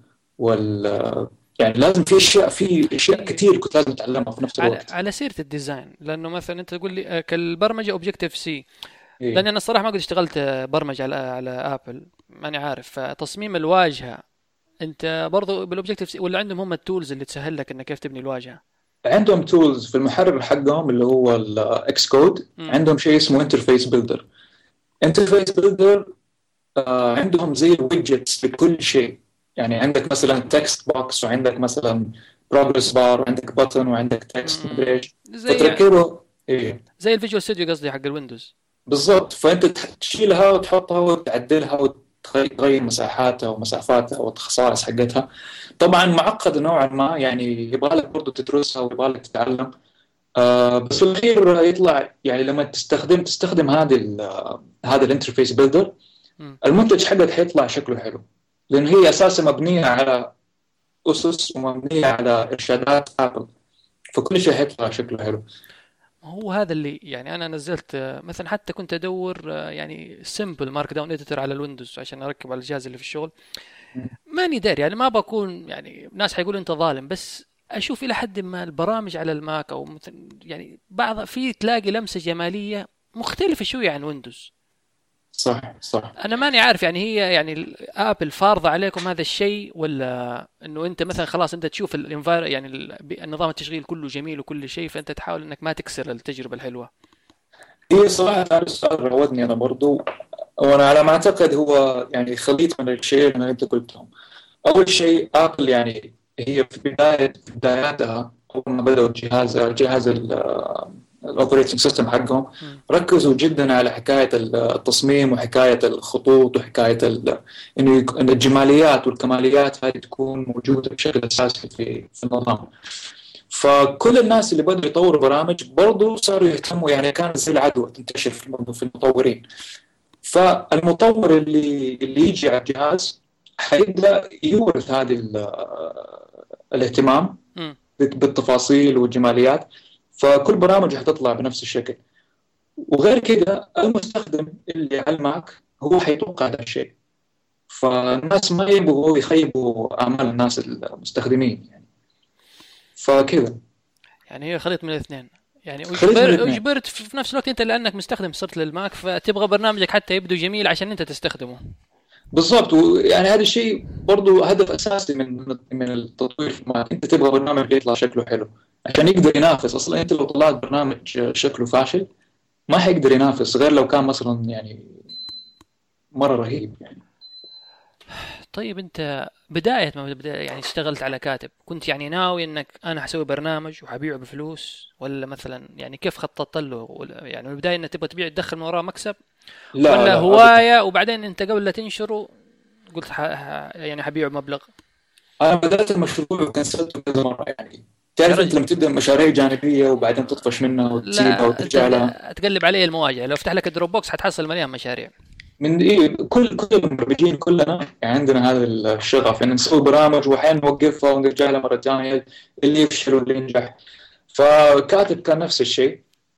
يعني لازم في اشياء كثير كنت لازم اتعلمها في نفس على الوقت. على سيره الديزاين، لانه مثلا انت تقول لي كالبرمجه اوبجكتيف سي. إيه. لاني انا الصراحه ما قد اشتغلت برمجه على ابل، ماني عارف تصميم الواجهه. انت برضو بالاوبجكتيف سي، ولا عندهم هم التولز اللي تسهل لك انك كيف تبني الواجهه؟ عندهم تولز في المحرر حقهم اللي هو الاكس كود، امم. عندهم شيء اسمه انترفيس بيلدر. انترفيس بيلدر عندهم زي الويدجتس لكل شيء. يعني عندك مثلا تكست بوكس، وعندك مثلا بروجرس بار، وعندك بutton، وعندك تكست مدري ايش. زي فتركبه. ايه زي الفيجوال ستوديو قصدي حق الويندوز. بالضبط. فانت تشيلها وتحطها وتعدلها وتغير مساحاتها ومسافاتها والخصائص حقتها. طبعا معقد نوعا ما، يعني يبغى لك برضه تدرسها ويبغى لك تتعلم. بس في الاخير يطلع، يعني لما تستخدم هذا الانترفيس بيلدر، مم. المنتج حقك حيطلع شكله حلو، لان هي اساسا مبنيه على اسس ومبنيه على ارشادات ابل، فكل شيء حيطلع شكله حلو. هو هذا اللي يعني انا نزلت مثلا، حتى كنت ادور يعني سمبل مارك داون اديتور على الويندوز عشان اركب على الجهاز اللي في الشغل. ماني داري، يعني ما بكون، يعني ناس حيقولوا انت ظالم، بس اشوف الى حد ما البرامج على الماك او مثلا يعني بعض، في تلاقي لمسه جماليه مختلفه شويه عن ويندوز. صح صح. انا ماني عارف يعني هي يعني ابل فارضه عليكم هذا الشيء، ولا انه انت مثلا خلاص انت تشوف يعني النظام التشغيل كله جميل وكل شيء، فانت تحاول انك ما تكسر التجربه الحلوه. هي صراحة هذا السؤال راودني أنا برضو، وأنا على ما أعتقد هو يعني خليط من الشيء اللي أنت قلتهم. أول شيء آبل يعني هي في بداياتها، أول ما بدأوا جهاز الأوبريتنج سيستم حقهم، مم. ركزوا جدا على حكاية التصميم وحكاية الخطوط وحكاية إن الجماليات والكماليات هذه تكون موجودة بشكل أساسي في النظام. فكل الناس اللي بدأوا يطوروا برامج برضو صاروا يهتموا، يعني كانت زي العدوى تنتشر في المطورين. فالمطور اللي يجي على الجهاز حيبدأ يورث هذه الاهتمام مم. بالتفاصيل والجماليات، فكل برامجه حتطلع بنفس الشكل. وغير كده المستخدم اللي على الماك هو حيتوقع هذا الشيء، فالناس ما يبغوا يخيبوا آمال الناس المستخدمين يعني. فكذا يعني هي خليط من الاثنين، يعني خليط من الاثنين. اجبرت في نفس الوقت انت لانك مستخدم صرت للماك، فتبغى برنامجك حتى يبدو جميل عشان انت تستخدمه. بالضبط، ويعني هذا الشيء برضو هدف اساسي من التطوير في الماك. انت تبغى برنامج يطلع شكله حلو عشان يقدر ينافس. اصلا انت لو طلعت برنامج شكله فاشل ما حيقدر ينافس، غير لو كان مثلا يعني مره رهيب يعني. طيب انت بداية ما بدأ يعني اشتغلت على كاتب، كنت يعني ناوي انك انا حسوي برنامج وحبيعه بفلوس، ولا مثلا يعني كيف خططت له؟ يعني من البداية انك تبغى تبيع تدخل من وراه مكسب، لا ولا لا ابدا. هواية وبعدين انت قبل لا تنشره قلت يعني حبيعه بمبلغ؟ انا بدات المشروع وكنسلته كذا مره يعني. يا تعرف انت رجل، لما تبدا مشاريع جانبيه وبعدين تطفش منها وتسيبها لا انت وترجع لها. تقلب علي المواجهة، لو افتح لك الدروب بوكس حتحصل مليان مشاريع. من إيه، كل المبرمجين كلنا يعني عندنا هذا الشغف ان نسوي برامج واحيانا نوقفها ونرجع لها مره ثانيه، اللي يفشل واللي ينجح. فكاتب كان نفس الشيء.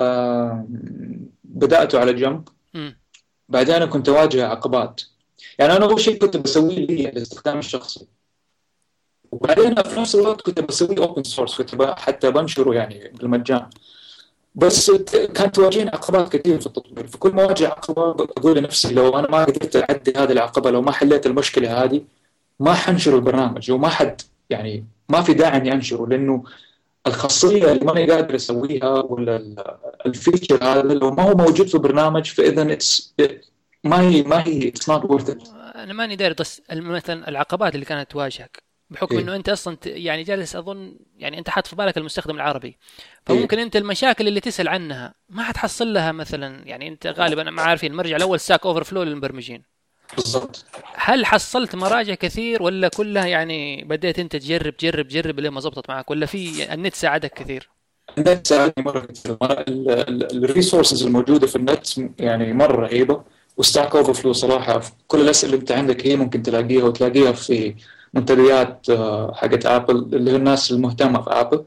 بدأته على جنب، امم. بعدين أنا كنت أواجه عقبات. يعني أنا أول شيء كنت بسويه لي الاستخدام الشخصي، وبعدين في نفس الوقت كنت بسويه اوبن سورس، كنت حتى بنشره يعني بالمجان. بس كانت تواجهني عقبات كثير في التطوير. في كل ما أواجه عقبة بقول لنفسي لو أنا ما قدرت أعدي هذه العقبة، لو ما حليت المشكلة هذه، ما حنشر البرنامج وما حد يعني ما في داعي إني أنشره، لأنه الخاصيه اللي ماني قادر اسويها ولا الفيتشر هذا لو ما هو موجود في البرنامج فاذا ما هي اتس نوت ورث ات. انا ماني داري، بس مثلا العقبات اللي كانت تواجهك بحكم ايه انه انت اصلا يعني جالس اظن يعني انت حاط في بالك المستخدم العربي، ايه فممكن انت المشاكل اللي تسأل عنها ما حتحصل لها مثلا، يعني انت غالبا ما عارفين المرجع الاول ستاك اوفر فلو للمبرمجين. بالضبط. هل حصلت مراجع كثير ولا كلها يعني بديت انت تجرب تجرب تجرب لين ما زبطت معك، ولا في النت ساعدك كثير؟ النت ساعدني مره كثير. الريسورسز الموجوده في النت يعني مره رهيبه. وستاك اوفر فلو صراحه في كل الاسئله اللي انت عندك هي ممكن تلاقيها، وتلاقيها في منتديات حقت ابل اللي هي الناس المهتمه في ابل.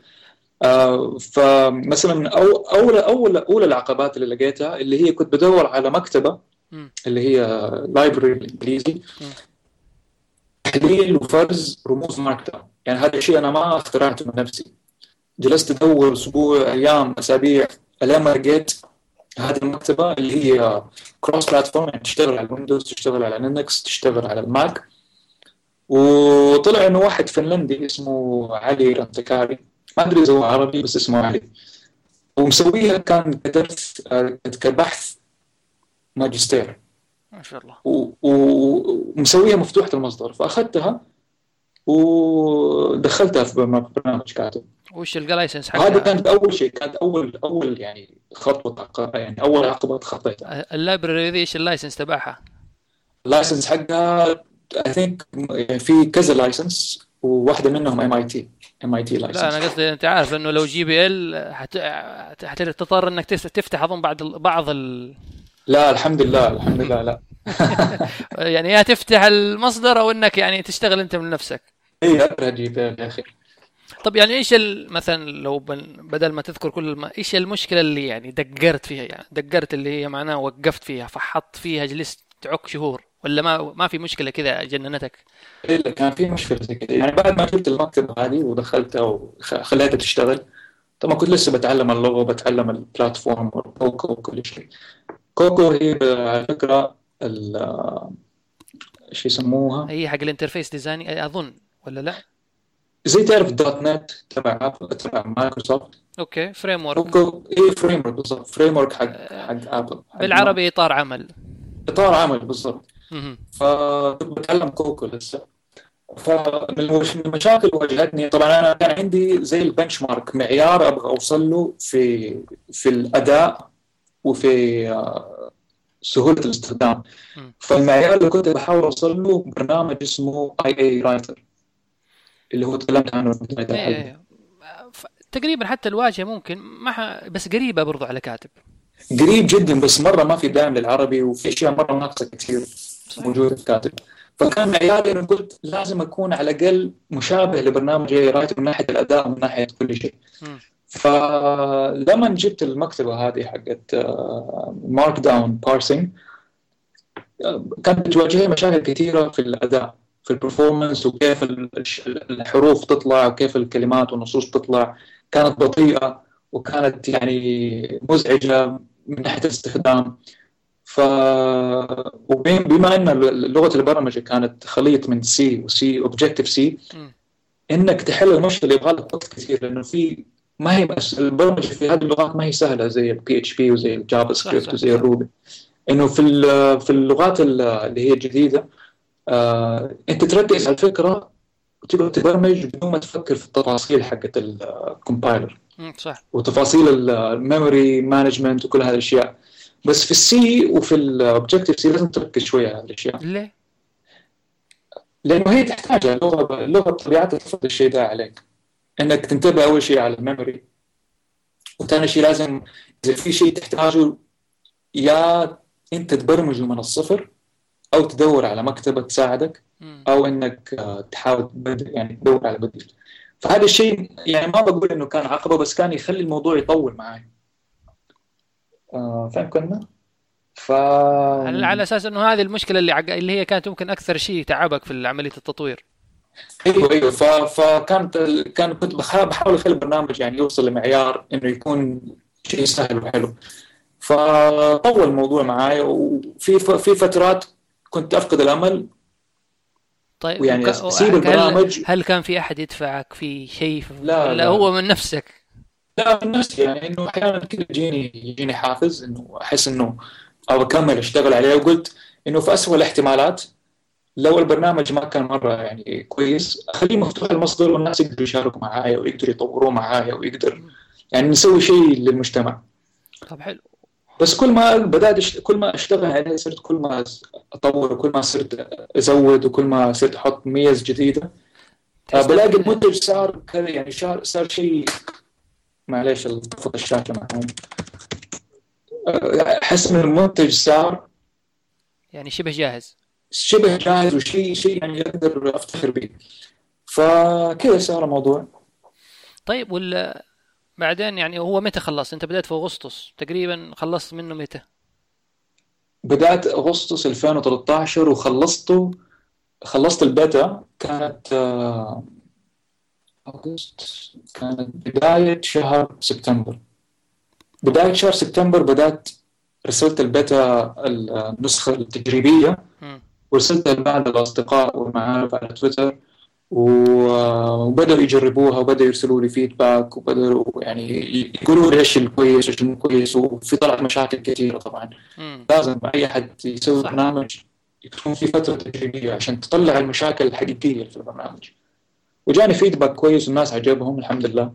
فمثلا اولى العقبات اللي لقيتها اللي هي كنت بدور على مكتبه امم. اللي هي لايبرري الانجليزي، امم. تحليل وفرز رموز مارك داون. يعني هذا الشيء انا ما اخترعته من نفسي، جلست ادور اسبوع ايام اسابيع لين ما لقيت هذه المكتبه اللي هي كروس بلاتفورم، يعني تشتغل على الويندوز، تشتغل على لينكس، تشتغل على الماك. وطلع انه واحد فنلندي اسمه علي رنتكاري، ما ادري اذا هو عربي بس اسمه علي، ومسويها كان كبحث ماجستير، ما شاء الله. ومسويها مفتوحة المصدر. فأخذتها ودخلتها في برنامج كاتب. وش اللايسنس وهذا حقها؟ كانت أول شيء، كانت أول يعني خطوة يعني أول عقبة تخطيتها. اللايبرري ذي ايش اللايسنس تبعها؟ اللايسنس حقها I think يعني في كذا لايسنس، وواحدة منهم MIT لا انا لايسنس. قصدي انت عارف انه لو جي بي ال حتضطر انك تفتح اظن بعض لا الحمد لله الحمد لله لا. يعني يا تفتح المصدر او انك يعني تشتغل انت من نفسك. هي أبرد جي بي يا أخي. طب يعني ايش مثلا لو بدل ما تذكر كل ايش المشكله اللي يعني دقرت فيها، يعني دقرت اللي هي معناها وقفت فيها فحطت فيها جلست تعك شهور، ولا ما في مشكله كذا جننتك؟ إلا كان في مشكلة زي كذا يعني. بعد ما جبت المكتبة هذه ودخلتها وخليتها تشتغل، طبعا كنت لسه بتعلم اللغة وبتعلم البلاتفورم وكوكو وكل شيء. كوكو هي على فكرة ايش يسموها، هي حق الانترفيس ديزاين اظن ولا لا؟ زي تعرف الدوت نت تبع مايكروسوفت. اوكي فريم ورك. ايه فريم ورك بالضبط، فريم ورك حق ابل، بالعربي اطار عمل. اطار عمل بالضبط. مهم. فكنت بتعلم كوكو لسه. فمن المشاكل اللي واجهتني، طبعا انا كان عندي زي البنش مارك، معيار ابغى اوصل له في الاداء وفي سهوله الاستخدام. مم. فالمعيار اللي كنت بحاول اوصل له برنامج اسمه اي رايتر، اللي هو تكلمت عنه في بدايه الحلقه. ايه تقريبا حتى الواجهه ممكن بس قريبه برضو على كاتب. قريب جدا، بس مره ما في داعم للعربي، وفي اشياء مره ناقصه كثير موجوده في الكاتب. فكان معياري انه قلت لازم اكون على الاقل مشابه لبرنامج اي رايتر من ناحيه الاداء ومن ناحيه كل شيء. فلما جبت المكتبه هذه حقت مارك داون بارسينج، كانت بتواجهي مشاكل كثيره في الاداء، في البرفورمانس، وكيف الحروف تطلع وكيف الكلمات والنصوص تطلع. كانت بطيئه وكانت يعني مزعجه من ناحيه الاستخدام. بما ان لغه البرمجه كانت خليط من سي وسي اوبجكتيف سي، انك تحل المشكله اللي يبغى لك وقت كثير، لانه في ما هي بس البرمجه في هذه اللغات ما هي سهله زي البي اتش بي وزي الجافا سكريبت وزي الروبي. انه في اللغات اللي هي الجديده، انت تركز على الفكره وتقدر تبرمج بدون ما تفكر في التفاصيل حقت الكومبايلر صح، وتفاصيل الميموري مانجمنت وكل هذه الاشياء. بس في السي وفي الاوبجكتيف سي لازم تركز شويه على هذه الاشياء. ليه؟ لانه هي تحتاجها، اللغه بطبيعتها تفرض الشيء ده عليك، انك تنتبه اول شيء على الميموري، وثاني شيء لازم اذا في شيء تحتاجه يا انت تبرمجه من الصفر، او تدور على مكتبه تساعدك، او انك تحاول يعني تدور على بديل. فهذا الشيء يعني ما بقول انه كان عقبه، بس كان يخلي الموضوع يطول معي. فاهم كنا؟ على اساس انه هذه المشكله اللي هي كانت ممكن اكثر شيء تعبك في عمليه التطوير. ايوه كنت بحاول اخلي البرنامج يعني يوصل لمعيار انه يكون شيء سهل وحلو. فطول الموضوع معايا، وفي فترات كنت افقد الامل. طيب ويعني اسيب البرنامج. هل كان في احد يدفعك في شيء؟ لا هو من نفسك؟ لا من نفسي، يعني انه احيانا كذا يجيني حافز انه احس انه او اكمل اشتغل عليه. وقلت انه في اسوء الاحتمالات لو البرنامج ما كان مره يعني كويس، اخليه مفتوح المصدر والناس يقدروا يشاركوا معايا ويقدروا يطوروه معايا ويقدر يعني نسوي شيء للمجتمع. طب حلو. بس كل ما كل ما اشتغل عليه صرت كل ما اطور، وكل ما صرت ازود، وكل ما صرت احط ميز جديده، بلاقي المنتج صار كذا يعني صار شيء. معليش التفت الشاشه معهم. احس ان المنتج صار يعني شبه جاهز وشيء يعني اقدر افتخر به. فكذا صار الموضوع. طيب بعدين يعني هو متى خلصت؟ انت بدأت في اغسطس تقريبا، خلصت منه متى؟ بدأت اغسطس 2013 خلصت البيتا كانت أغسطس، كانت بداية شهر سبتمبر. بدأت رسلت البيتا النسخة التجريبية، ورسلتها لبعض الأصدقاء والمعارف على تويتر، وبدأوا يجربوها وبدأوا يرسلوا لي فيدباك، وبدأوا يعني يقولوا لي إيش الكويس إيش مو كويس. وفي طلعت مشاكل كثيرة طبعا. لازم أي أحد يسوي برنامج يكون في فترة تجريبية عشان تطلع المشاكل الحقيقية في البرنامج. وجاني فيدباك كويس والناس عجبهم الحمد لله.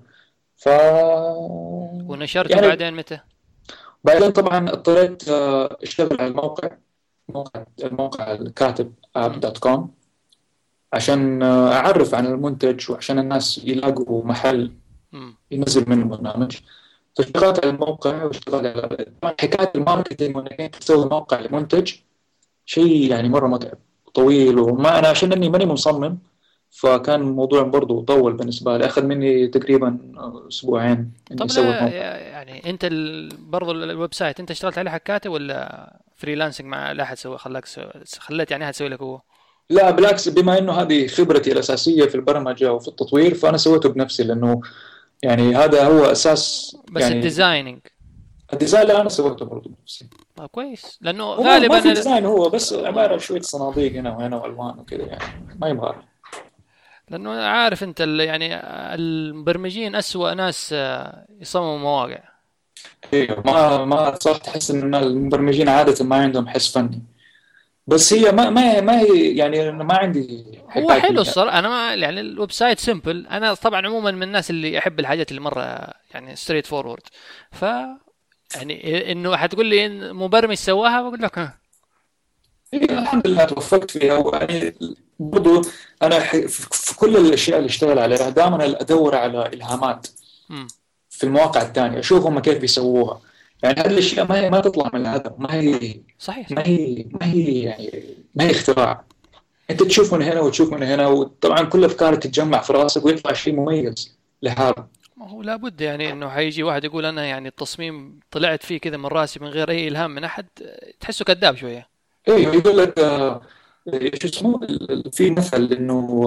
ونشرته يعني بعدين متى؟ بعدين طبعا اضطريت اشتغل على الموقع الكاتب app.com عشان اعرف عن المنتج وعشان الناس يلاقوا محل ينزل منه برنامج. فاشتغلت على الموقع واشتغلت على حكاية الماركتينج، وانك انت تسوي موقع لمنتج شيء يعني مرة متعب طويل. وما انا عشان اني ماني مصمم، فكان الموضوع برضو طول بالنسبة لي، أخذ مني تقريبا أسبوعين إني أسوي الموقع. يعني أنت برضو الويب سايت أنت اشتغلت عليه كاتب ولا فريلانسنج مع لا أحد خليت يعني أحد يسوي لك هو؟ لا بالعكس، بما إنه هذه خبرتي الأساسية في البرمجة وفي التطوير، فأنا سويته بنفسي، لأنه يعني هذا هو أساس بس يعني الديزايننج الديزاين لا انا سويته برضه بنفسي. كويس، لانه هو ما في غالبا ديزاين، هو بس عباره عن شويه صناديق هنا وهنا والوان وكذا يعني، ما يبغى. لانه عارف انت يعني المبرمجين اسوأ ناس يصمموا مواقع. ايوه، ما صح، تحس ان المبرمجين عاده ما عندهم حس فني. بس هي ما هي يعني، أنا ما عندي هو حكايه حلو فيها. الصراحه، انا ما يعني الويب سايت سمبل، انا طبعا عموما من الناس اللي احب الحاجات اللي مره يعني ستريت فورورد. ف يعني انه حتقول لي إن مبرمج سواها بقول لك ها. هي الحمد لله توفقت فيها يعني. برضو انا في كل الاشياء اللي اشتغل عليها دائما ادور على الهامات امم في المواقع الثانيه، اشوف هم كيف بيسووها. يعني هذه الاشياء ما تطلع من الهدف، صحيح ما صحيح. هي ما هي يعني ما هي اختراع. انت تشوف من هنا وتشوف من هنا، وطبعا كل افكارك تتجمع في راسك ويطلع شيء مميز لهذا. ما هو لابد يعني انه حيجي واحد يقول انا يعني التصميم طلعت فيه كذا من راسي من غير اي الهام من احد، تحسه كذاب شويه. ايوه، يقول لك شو اسمه في مثل انه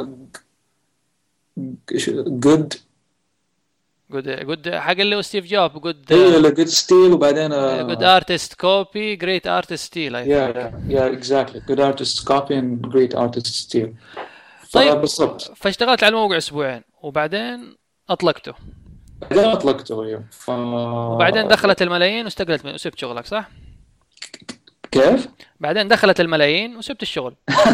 جود. جود حق اللي هو ستيف جوب، جود ايوه، جود ستيل، وبعدين جود ارتست كوبي جريت ارتست ستيل اي ثينك. يا اكزاكتلي جود ارتست كوبي اند جريت ارتست ستيل. طيب، فبالضبط. فاشتغلت على الموقع اسبوعين وبعدين اطلقته، بعدين اطلقته. ايوه وبعدين دخلت الملايين واستقلت من وسبت شغلك صح؟ كيف؟ بعدين دخلت الملايين وسبت الشغل.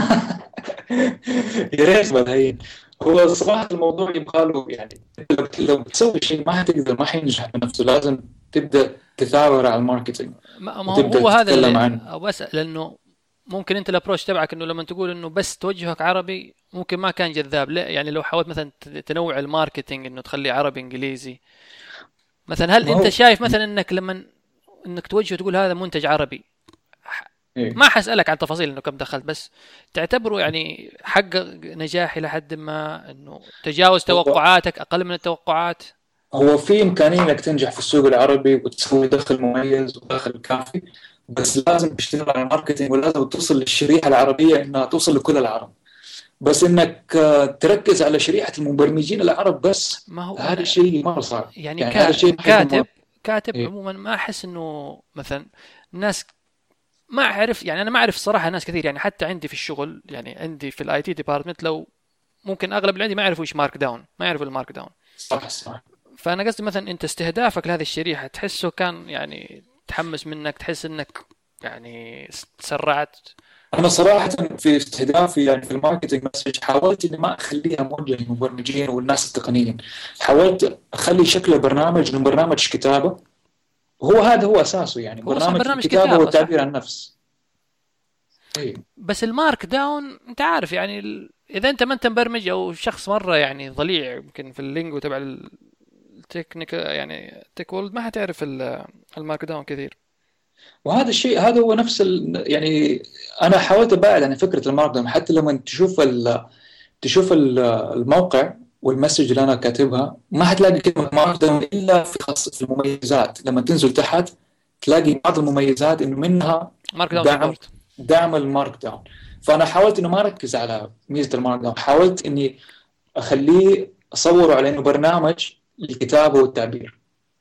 يا ريت بالهين. هو صراحة الموضوع يبغى له يعني، لو بتسوي شيء ما حتقدر، ما حينجح بنفسه، لازم تبدأ تثابر على الماركتينج ما وتبدأ هو هذا تتكلم اللي عنه. بسأل، لانه ممكن انت الابروش تبعك انه لما تقول انه بس توجهك عربي ممكن ما كان جذاب، لا يعني لو حاولت مثلا تنوع الماركتينج انه تخليه عربي انجليزي مثلا، هل ما انت هو شايف مثلا انك لما انك توجه تقول هذا منتج عربي، إيه. ما حسألك عن تفاصيل انه كم دخلت، بس تعتبره يعني حقق نجاح الى حد ما، انه تجاوز هو توقعاتك اقل من التوقعات؟ هو في إمكانية إنك تنجح في السوق العربي وتسوي دخل مميز ودخل كافي، بس لازم تشتغل على الماركتينج، ولازم توصل للشريحة العربية إنها توصل لكل العرب. بس إنك تركز على شريحة المبرمجين العرب بس، ما هو هذا انا الشيء مرة صعب. يعني يعني هذا الشيء ما حيكون كاتب مرة. كاتب إيه. عموما ما احس انه مثلا الناس ما اعرف، يعني انا ما اعرف صراحه ناس كثير، يعني حتى عندي في الشغل يعني عندي في الاي تي ديبارتمنت، لو ممكن اغلب اللي عندي ما يعرفوا ايش مارك داون، ما يعرفوا المارك داون. صح صح. فانا قصدي مثلا انت استهدافك لهذه الشريحه تحسه كان يعني تحمس منك، تحس انك يعني تسرعت؟ أنا صراحة في استهدافي يعني في الماركتينج مسج، حاولت إني ما أخليها موجهة للمبرمجين والناس التقنيين. حاولت أخلي شكله برنامج من برنامج كتابة. هذا هو أساسه، يعني هو صح برنامج برنامج الكتابة كتابه صح، والتعبير عن النفس. إيه. بس المارك داون انت عارف يعني اذا انت ما انت مبرمج او شخص مره يعني ضليع يمكن في اللينجو تبع التكنيك يعني تك وورلد، ما حتعرف المارك داون كثير. وهذا الشيء هذا هو نفس يعني انا حاولت ابعد عن فكره المارك داون. حتى لما تشوف الموقع والمسج اللي انا كاتبها، ما حتلاقي كلمه مارك داون الا في المميزات. لما تنزل تحت تلاقي بعض المميزات انه منها مارك داون دعم سبورت. دعم المارك داون. فانا حاولت انه ما اركز على ميزه المارك داون، حاولت اني اخليه اصوره على انه برنامج للكتابه والتعبير.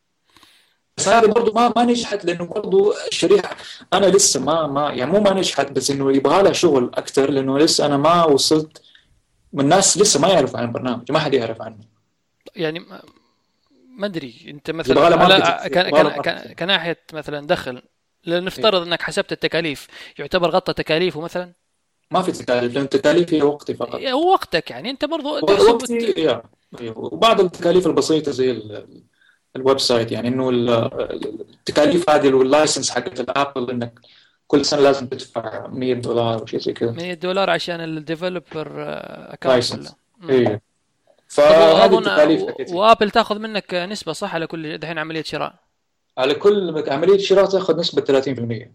بس طيب هذه برضو ما نجحت، لانه برضو الشريحه انا لسه ما يعني مو ما نجحت، بس انه يبغى لها شغل اكثر، لانه لسه انا ما وصلت. من الناس لسه ما يعرف عن البرنامج، ما حد يعرف عنه. يعني ما ادري انت يبغى مثلا لها على ماركتينج، يبغى لها ماركتينج. كناحيه مثلا دخل، إيه. لنفترض انك حسبت التكاليف، يعتبر غطى تكاليفه مثلا؟ ما في تكاليف، لان التكاليف هي وقتي فقط. هو وقتك يعني انت برضو تحسب وقتي وبعض التكاليف البسيطه زي الويب سايت، يعني انه التكاليف هذه واللايسنس حقت الابل، انك كل سنه لازم تدفع $100 او شيء زي كذا. $100 عشان الديفلوبر اكونت ولا؟ لايسنس. ايه. طب فهذه واظن التكاليف حقتي. وابل تاخذ منك نسبة صح على كل دحين عملية شراء؟ على كل عملية شراء تاخذ نسبة 30%.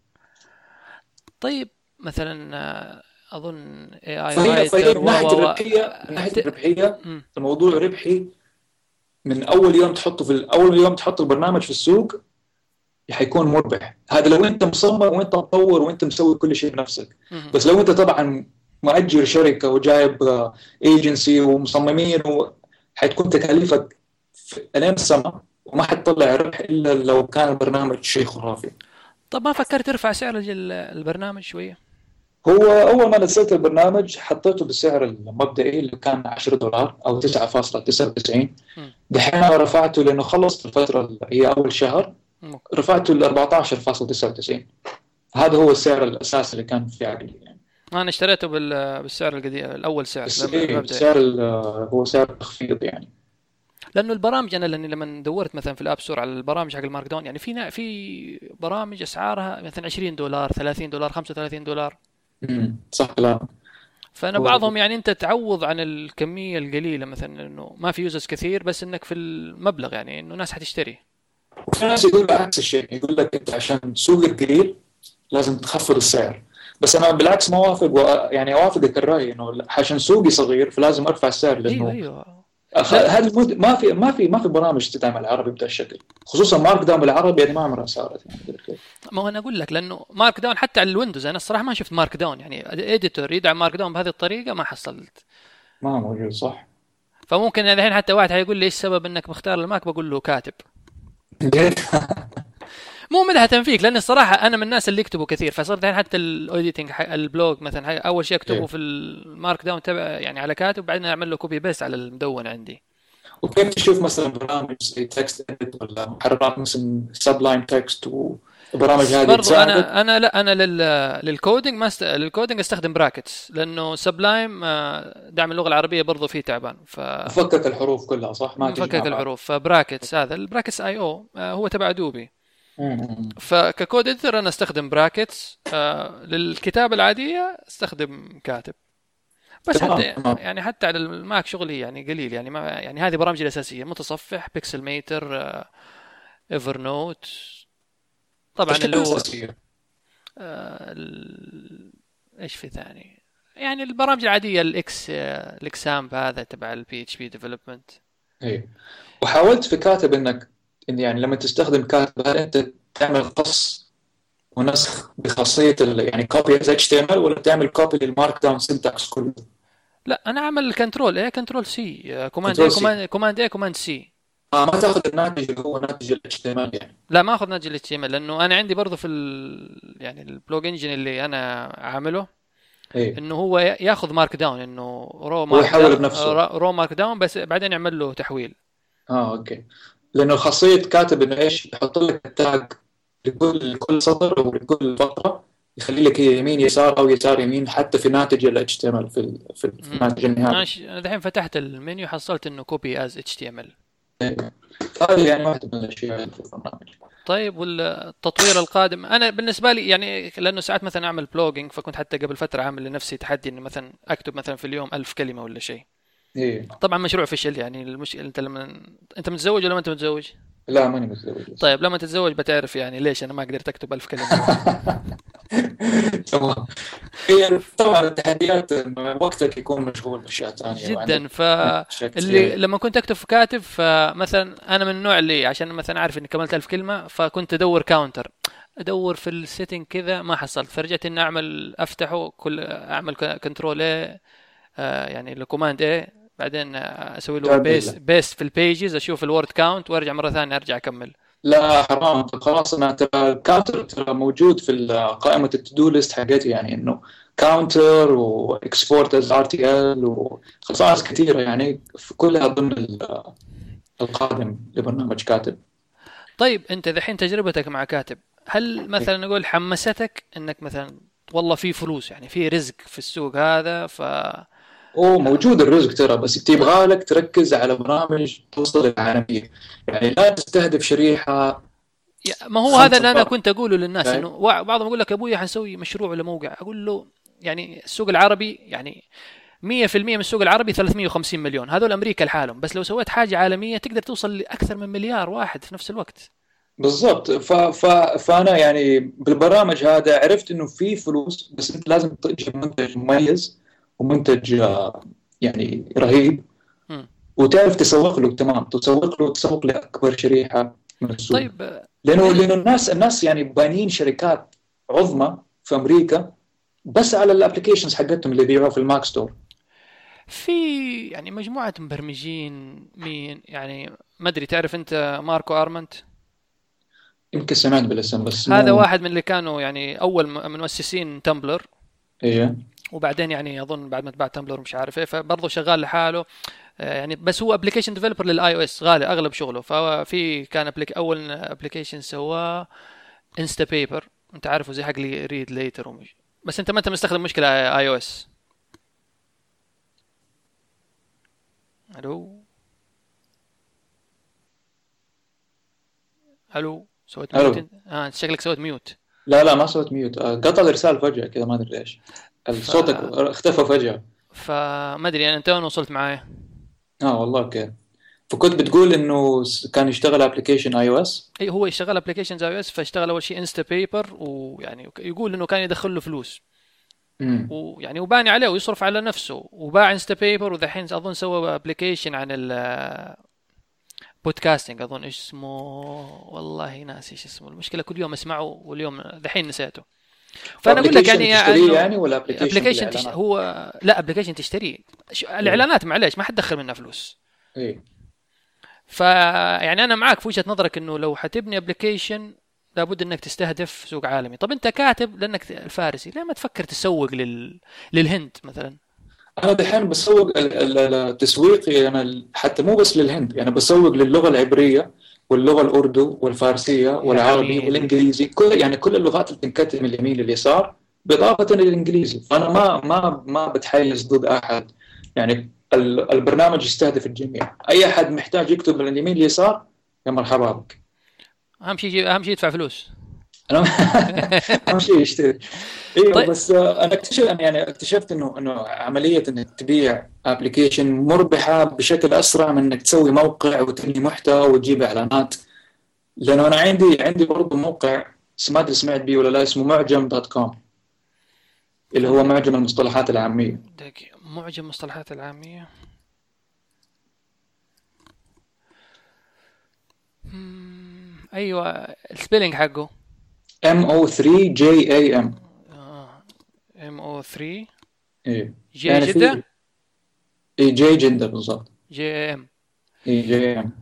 طيب مثلا اظن اي اي فهي رايتر من ناحية الربحية، من ناحية الربحية مم. الموضوع ربحي. من أول يوم تحطه أول يوم تحط البرنامج في السوق حيكون مربح. هذا لو أنت مصمم وأنت مطور وأنت مسوي كل شيء بنفسك. مم. بس لو أنت طبعا مؤجر شركة وجايب ايجنسي ومصممين حتكون تكاليفك ألين السماء. وما حتطلع ربح الا لو كان البرنامج شيء خرافي. طب ما فكرت ترفع سعر البرنامج شويه؟ هو اول ما نزلت البرنامج حطيته بالسعر المبدئي اللي كان $10 او 9.99. مم. دحين انا رفعته لانه خلصت الفتره اللي هي اول شهر، مم. رفعته ل 14.99. هذا هو السعر الاساسي اللي كان في عقلي يعني. انا اشتريته بالسعر القديم، الاول سعر بس إيه المبدئي. هو سعر تخفيض يعني. لانه البرامج، انا لاني لما دورت مثلا في الاب ستور على البرامج حق المارك داون، يعني في برامج اسعارها مثلا $20 $30 $35. صح كلام. فانا هو بعضهم يعني انت تعوض عن الكميه القليله، مثلا انه ما في يوزرز كثير بس انك في المبلغ، يعني انه ناس حتشتري. وفي ناس يقول لك عكس الشيء، يقول لك انت عشان سوقك قليل لازم تخفض السعر. بس انا بالعكس ما اوافق، يعني اوافقك الراي انه عشان سوقي صغير فلازم ارفع السعر، ايوه لانه ايوه. لا، ما في برامج تدعم العربي بهذا الشكل، خصوصا مارك داون بالعربي يعني ما عمرها صارت يعني قبل كده. ما هو انا اقول لك، لانه مارك داون حتى على الويندوز انا الصراحه ما شفت مارك داون، يعني اديتور يدعم مارك داون بهذه الطريقه ما حصلت. ما موجود صح. فممكن الحين حتى واحد حيقول لي ايش السبب انك مختار الماك، بقول له كاتب. ليه؟ مو مدحة فيك، لان الصراحه انا من الناس اللي يكتبوا كثير، فصرت الحين حتى الاوديتنج البلوج مثلا اول شيء اكتبه إيه. في المارك داون تبع يعني على كاتب، بعدين اعمل له كوبي بيست على المدون عندي. وكيف تشوف مثلا برامج زي تكست اديت ولا محررات مثل سبلايم تكست وبرامج هذه برضو تساعدك؟ انا للكودينج للكودينج استخدم براكتس، لانه سبلايم دعم اللغه العربيه برضو فيه تعبان، فكك الحروف كلها صح، ما تجي مع مفكك بعض. الحروف. فبراكتس، هذا البراكتس اي او هو تبع ادوبي. مم. فككود اديتور انا استخدم براكتس، للكتابه العاديه استخدم كاتب. بس تمام حتى تمام. يعني حتى على الماك شغلي يعني قليل، يعني ما يعني هذه برامجي الاساسيه: متصفح، بيكسل ميتر، ايفر نوت، طبعا اللي الأشياء هو الأساسية. ايش في ثاني، يعني البرامج العاديه الاكسامب هذا تبع البي اتش بي ديفلوبمنت. إيه. وحاولت في كاتب إن يعني لما تستخدم كاتب هل أنت تعمل قص ونسخ بخاصية يعني كوبي از اتش تي ام ال، ولا تعمل كوبي للمارك داون سنتكس كله؟ لا، انا اعمل كنترول ايه كنترول سي، كوماند ايه كنترول سي. كوماند ايه كوماند سي. ما تاخذ الناتج اللي هو ناتج ال HTML يعني. لا، ما اخذ ناتج ال HTML، لانه انا عندي برضه في يعني البلوج انجن اللي انا عامله، ايه. انه هو ياخذ مارك داون، انه هو يحول بنفسه. رو مارك داون، بس بعدين يعمل له تحويل. اوكي. لانه خاصيه كاتب انه ايش، يحط لك التاج لكل سطر او لكل فقره، يخلي لك هي يمين يسار او يسار يمين، حتى في ناتج ال HTML في الناتج النهائي. انا الحين فتحت المنيو حصلت انه كوبي از HTML. إيه. هذه يعني واحده من الاشياء اللي في البرنامج. طيب، والتطوير القادم انا بالنسبه لي يعني، لانه ساعات مثلا اعمل بلوجينج، فكنت حتى قبل فتره عامل لنفسي تحدي انه مثلا اكتب مثلا في اليوم 1000 كلمه ولا شيء. ايه. طبعا مشروع فشل، يعني المشكله انت لما انت متزوج ولا ما انت متزوج؟ لا ماني متزوج لسه. طيب لما تتزوج بتعرف يعني ليش انا ما قدرت اكتب 1000 كلمه. تمام. هي طبعا التحديات إنه وقتك يكون مشغول باشياء ثانيه وعندك جدا. اشياء فاللي كثيره. لما كنت اكتب في كاتب، فمثلا انا من النوع اللي عشان مثلا عارف اني كملت 1000 كلمه، فكنت ادور كاونتر، ادور في السيتنج كذا ما حصلت، فرجعت اني افتحه اعمل كنترول ايه، يعني الكوماند ايه، بعدين اسوي له تعدل. بيست في البيجز، اشوف الورد كاونت وارجع مره ثانيه ارجع اكمل. لا حرام، طب خلاص انا ترى الكاونتر ترى موجود في قائمه التو ليست حقتي، يعني انه كاونتر واكسبورت از ار تي ال وخصائص كثيره يعني، في كلها ضمن القادم لبرنامج كاتب. طيب انت ذحين تجربتك مع كاتب، هل مثلا نقول حمستك انك مثلا والله في فلوس، يعني في رزق في السوق هذا موجود الرزق ترى، بس تبغى لك تركز على برامج توصل للعالميه، يعني لا تستهدف شريحه ما هو هذا خمسة اللي انا فرق. كنت اقوله للناس، فاهم؟ انه بعضهم يقول لك يا ابوي حنسوي مشروع ولا موقع، اقول له يعني السوق العربي يعني 100% من السوق العربي 350 مليون، هذول امريكا لحالهم، بس لو سويت حاجه عالميه تقدر توصل لاكثر من مليار واحد في نفس الوقت. بالضبط. فانا يعني بالبرامج هذا عرفت انه في فلوس، بس انت لازم تجيب منتج مميز ومنتج يعني رهيب، مم. وتعرف تسوق له تمام، تسوق لاكبر شريحه من السوق. طيب لانه الناس يعني بانين شركات عظمى في امريكا بس على الابلكيشنز حقتهم اللي يبيعوها في الماك ستور. في يعني مجموعة مبرمجين، مين يعني ما ادري، تعرف انت ماركو ارمنت؟ يمكن سمعت بالاسم بس هذا مو. واحد من اللي كانوا يعني اول من مؤسسين تمبلر، ايه. وبعدين يعني اظن بعد ما تباع تمبلر مش عارف ايه، فبرضه شغال لحاله. يعني بس هو ابلكيشن ديفلوبر للاي او اس غالي اغلب شغله. ففي كان اول ابلكيشن سواه انستا بيبر، انت عارفه زي حق لي ريد ليتر ومش. بس انت ما انت مستخدم مشكله اي او اس. الو الو، سويت ميوت الو. انت؟ انت شكلك سويت ميوت. لا لا، ما صوت ميوت، قطع الرسالة فجأة كذا، ما ادري ليش ف صوتك اختفى فجأة. فما ادري يعني انت وين وصلت معايا. اه والله اوكي. فكنت بتقول انه كان يشتغل ابلكيشن اي او اس. اي هو يشتغل ابلكيشن اي او اس، فاشتغل اول شيء انستا بيبر، ويعني يقول انه كان يدخل له فلوس، امم. ويعني وباني عليه ويصرف على نفسه، وباع انستا بيبر، ودحين اظن سوى ابلكيشن عن البودكاستنج، اظن ايش اسمه، والله ناسي ايش اسمه، المشكله كل يوم اسمعه واليوم دحين نسيته. فانا اقول لك ابلكيشن يعني تشتريه انه يعني ولا ابلكيشن ابلكيشن للاعلانات؟ هو لا ابلكيشن تشتريه. ايه. الاعلانات معليش ما حد دخل منها فلوس. ايه. فيعني انا معك في وجهة نظرك انه لو حتبني ابلكيشن لابد انك تستهدف سوق عالمي. طب انت كاتب لانك الفارسي، ليه ما تفكر تسوق للهند مثلا؟ انا دحين بسوق التسويقي، انا حتى مو بس للهند، يعني بسوق للغه العبريه واللغه الاردو والفارسيه يا والعربي عميل. والانجليزي، كل اللغات اللي بتنكتب من اليمين لليسار، بالاضافه للانجليزي. فانا ما بتحيز ضد احد، يعني البرنامج يستهدف الجميع، اي احد محتاج يكتب من اليمين لليسار يا مرحبا بك. اهم شيء يدفع فلوس. انا اهم شيء يشتري. ايوه طيب. بس انا اكتشفت انه عمليه انك تبيع ابلكيشن مربحه بشكل اسرع من انك تسوي موقع وتبني محتوى وتجيب اعلانات. لانه انا عندي برضه موقع، ما ادري سمعت بيه ولا لا، اسمه معجم دوت كوم، اللي هو خلني معجم المصطلحات العاميه. دقيقة. معجم المصطلحات العامية. ايوه، السبيلنج حقه. MO3JAM. ام او 3 ايه. جي يعني جدة. في. اي جي جندر بالضبط. جي ام. اي جي ام.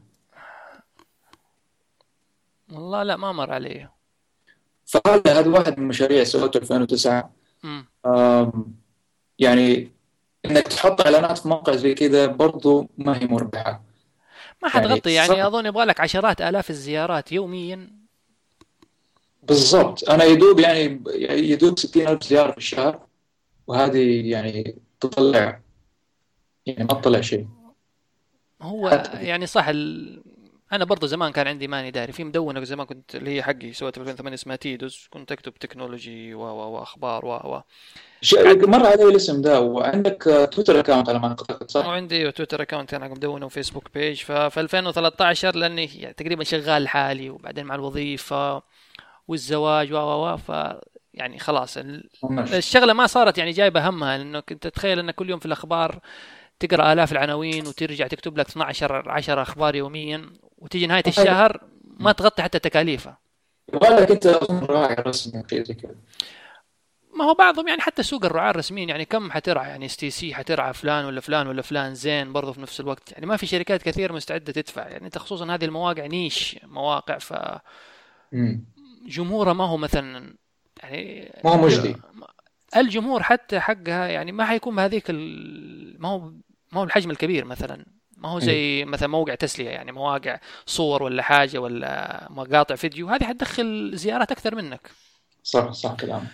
والله لا ما مر علي. فهذا واحد من المشاريع سويته 2009. امم آم، يعني انك تحط اعلانات في موقع زي كذا برضو ما هي مربحه. ما يعني حتغطي، يعني صح. اظن يبغى لك عشرات الاف الزيارات يوميا. بالضبط، انا يدوب 60,000 زياره في الشهر، وهذه يعني تطلع، يعني ما تطلع شيء هو حتى. يعني صح انا برضو زمان كان عندي ماني داري في مدونه، زمان كنت اللي هي حقي سويتها في 2008 اسمها تيدوس، كنت اكتب تكنولوجي واخبار قعدت. مر علي الاسم ده. وعندك تويتر اكاونت على ما اعتقد، صح؟ وعندي تويتر اكونت انا مدونه وفيسبوك بيج. ففي 2013 لاني يعني تقريبا شغال لحالي، وبعدين مع الوظيفه والزواج ف يعني خلاص ماشي. الشغله ما صارت يعني جايبه همها، لانك انت تتخيل ان كل يوم في الاخبار تقرا الاف العناوين، وترجع تكتب لك 12 10 اخبار يوميا، وتيجي نهايه الشهر ما تغطي حتى تكاليفه. يبغى لك انت اصلا راعي رسمي شيء زي كذا. ما هو بعضهم يعني حتى سوق الرعاة الرسميين يعني كم حترعى، يعني اس تي سي حترعى فلان ولا فلان ولا فلان زين برضه في نفس الوقت، يعني ما في شركات كثير مستعدة تدفع، يعني انت خصوصا هذه المواقع نيش مواقع، امم. فجمهورها ما هو مثلا يعني ما هو مجدي. الجمهور حتى حقها يعني ما حيكون بهذيك ما هو الحجم الكبير مثلا. ما هو ايه. زي مثلا موقع تسلية، يعني مواقع صور ولا حاجة ولا مقاطع فيديو، هذه حتدخل زيارات أكثر منك. صح صح كلامك.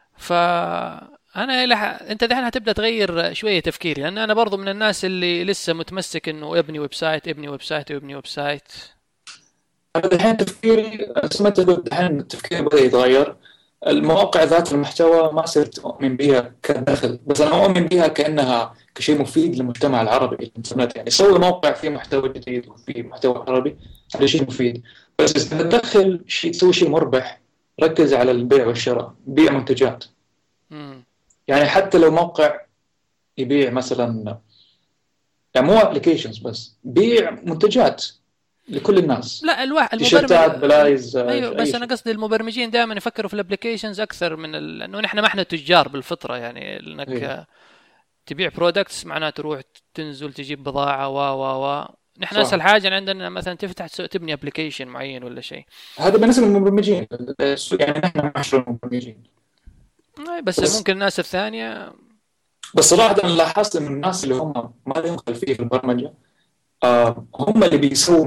فانا انت دحين هتبدا تغير شويه تفكيري، لان انا برضو من الناس اللي لسه متمسك انه ابني ويب سايت ابني ويب سايت ابني ويب سايت. انا الحين تفكيري، سمعت الحين تفكيري بدأ يتغير. المواقع ذات المحتوى ما صرت أؤمن بها كدخل، بس أنا أؤمن بها كأنها كشيء مفيد للمجتمع العربي الإنترنت. يعني سوي موقع فيه محتوى جديد وفيه محتوى عربي، هذا شيء مفيد. بس إذا تدخل شيء، تسوي شيء مربح، ركز على البيع والشراء، بيع منتجات. مم. يعني حتى لو موقع يبيع مثلا، يعني مو ابلكيشنز بس، بيع منتجات لكل الناس، لا المبرمج. تيشيرتات، بلايز، ايوه أي بس انا شيء. قصدي المبرمجين دائما يفكروا في الابلكيشنز اكثر من لانه نحن ما احنا تجار بالفطره، يعني إيه. انك تبيع برودكتس معناه تروح تنزل تجيب بضاعة و نحن صح. اسهل حاجة عندنا مثلا تفتح تبني ابلكيشن معين ولا شيء. هذا بالنسبه للمبرمجين، يعني نحن معشر المبرمجين. بس بس ممكن الناس الثانية. بس صراحه انا لاحظت ان الناس اللي هم ما لهم خلفيه في البرمجه هم اللي بيسووا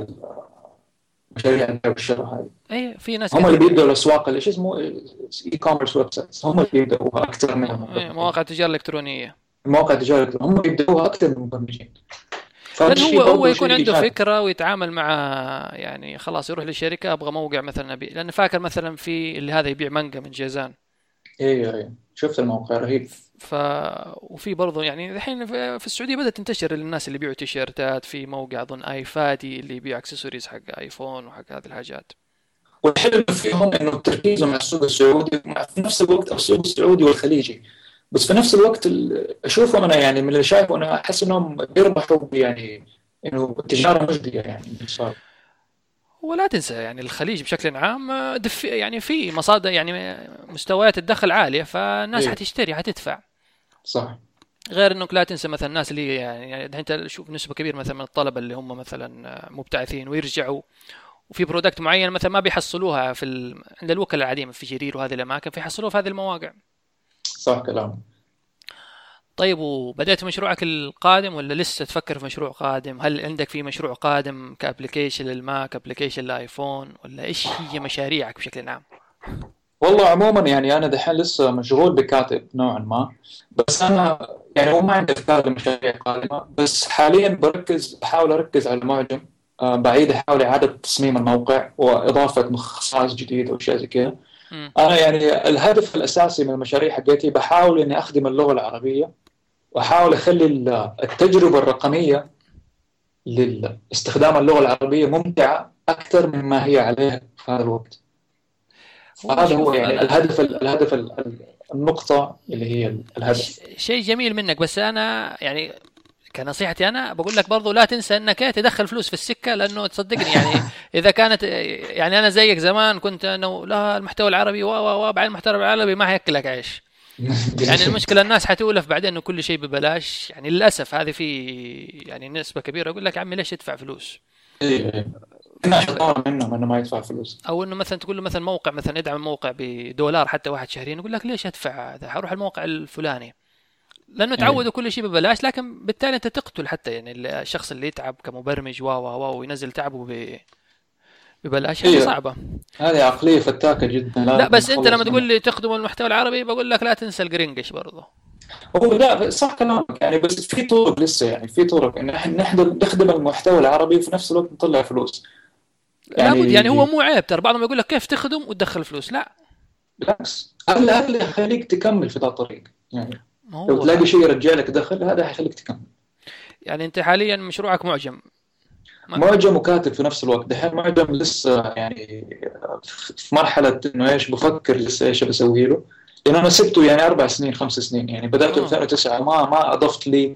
مشاريع البيع والشراء هذه. اي في ناس هم اللي كثير. بيبدأوا الأسواق اللي اسمه اي كوميرس ويب سايتس، هم اللي بيبدأوها أكثر من المبرمجين. مواقع التجارة الإلكترونية. مواقع التجارة هم بيبدأوها أكثر من المبرمجين. فهذا لأن الشيء هو برضه يكون شيء عنده إيجابي. فكرة ويتعامل مع، يعني خلاص يروح للشركة أبغى موقع مثلا أبي، لأن فاكر مثلا في اللي هذا يبيع مانجا من جازان. إيه شفت الموقع رهيب. ف وفي برضه يعني الحين في السعودية بدأت تنتشر للناس اللي يبيعوا تيشيرتات، في موقع أظن آي فادي اللي يبيع اكسسوارز حق آيفون وحق هذه الحاجات. والحلو فيهم إنه تركيزهم على السوق السعودي في نفس الوقت السوق السعودي والخليجي. بس في نفس الوقت أشوفهم أنا يعني من اللي شايفه أنا أحس إنهم بيربحوا يعني إنه التجارة مجدية يعني صار. ولا تنسى يعني الخليج بشكل عام يعني في مصادر، يعني مستويات الدخل عالية، فالناس إيه حتشتري حتدفع. صح. غير انك لا تنسى مثلا الناس اللي يعني انت تشوف نسبة كبيرة مثلا من الطلبة اللي هم مثلا مبتعثين ويرجعوا، وفي برودكت معين مثلا ما بيحصلوها عند الوكلاء العاديين في جرير وهذه الاماكن، فيحصلوها في هذه المواقع. صح كلام. طيب، وبدأت مشروعك القادم ولا لسه تفكر في مشروع قادم؟ هل عندك في مشروع قادم كابليكيشن للماك، ابليكيشن للايفون، ولا ايش هي مشاريعك بشكل عام؟ والله عموما يعني انا دحين لسه مشغول بكاتب نوعا ما. بس انا يعني هو ما عندي افكار لمشاريع قادمه، بس حاليا بحاول اركز على المعجم. احاول اعاده تصميم الموقع واضافه خصائص جديده واشياء زي كذا. امم انا يعني الهدف الاساسي من المشاريع حقتي بحاول اني اخدم اللغه العربيه، واحاول اخلي التجربه الرقميه لاستخدام اللغه العربيه ممتعه اكثر مما هي عليه في هذا الوقت. هو هذا هو شوف يعني انا النقطة اللي هي الهدف. شيء جميل منك، بس انا يعني كنصيحتي انا بقول لك برضو لا تنسى انك تدخل فلوس في السكه، لانه تصدقني يعني اذا كانت، يعني انا زيك زمان كنت انا لا المحتوى العربي بعدين المحتوى العربي ما هياكلك عيش. يعني المشكله الناس حتولف بعدين انه كل شيء ببلاش، يعني للاسف هذه في يعني نسبه كبيره يقول لك يا عمي ليش تدفع فلوس. إيه. أنا شطارة منهم إنه ما يدفع فلوس. او انه مثلا تقول له مثلا موقع مثلا ادعم موقع بدولار حتى واحد شهرين، يقول لك ليش ادفع هذا، حروح الموقع الفلاني، لانه إيه. تعودوا كل شيء ببلاش. لكن بالتالي انت تقتل حتى يعني الشخص اللي يتعب كمبرمج وينزل تعبه ببلاش، هذه إيه. صعبة. هذه عقلية فتاكة جدا لا لازم بس انت لما نتخلص تقول منها. لي تخدم المحتوى العربي بقول لك لا تنسى الجرينجش برضه. هو لا صح كلامك يعني، بس في طرق لسه، يعني في طرق إن إحنا نخدم المحتوى العربي وفي نفس الوقت نطلع فلوس لابد، يعني هو يعني. مو عيب، ترى بعضهم يقول لك كيف تخدم وتدخل فلوس، لا. بالعكس هذا اللي يخليك تكمل في ذا الطريق يعني. ما لو هو تلاقي شيء يرجع لك دخل هذا حيخليك تكمل. يعني انت حاليا مشروعك معجم ما... معجم وكاتب في نفس الوقت. دحين معجم لسه يعني في مرحلة إنه إيش بفكر لسه إيش بسوي له، لأن أنا سبته يعني 4 سنين 5 سنين، يعني بدأته اه 2009 ما أضفت لي،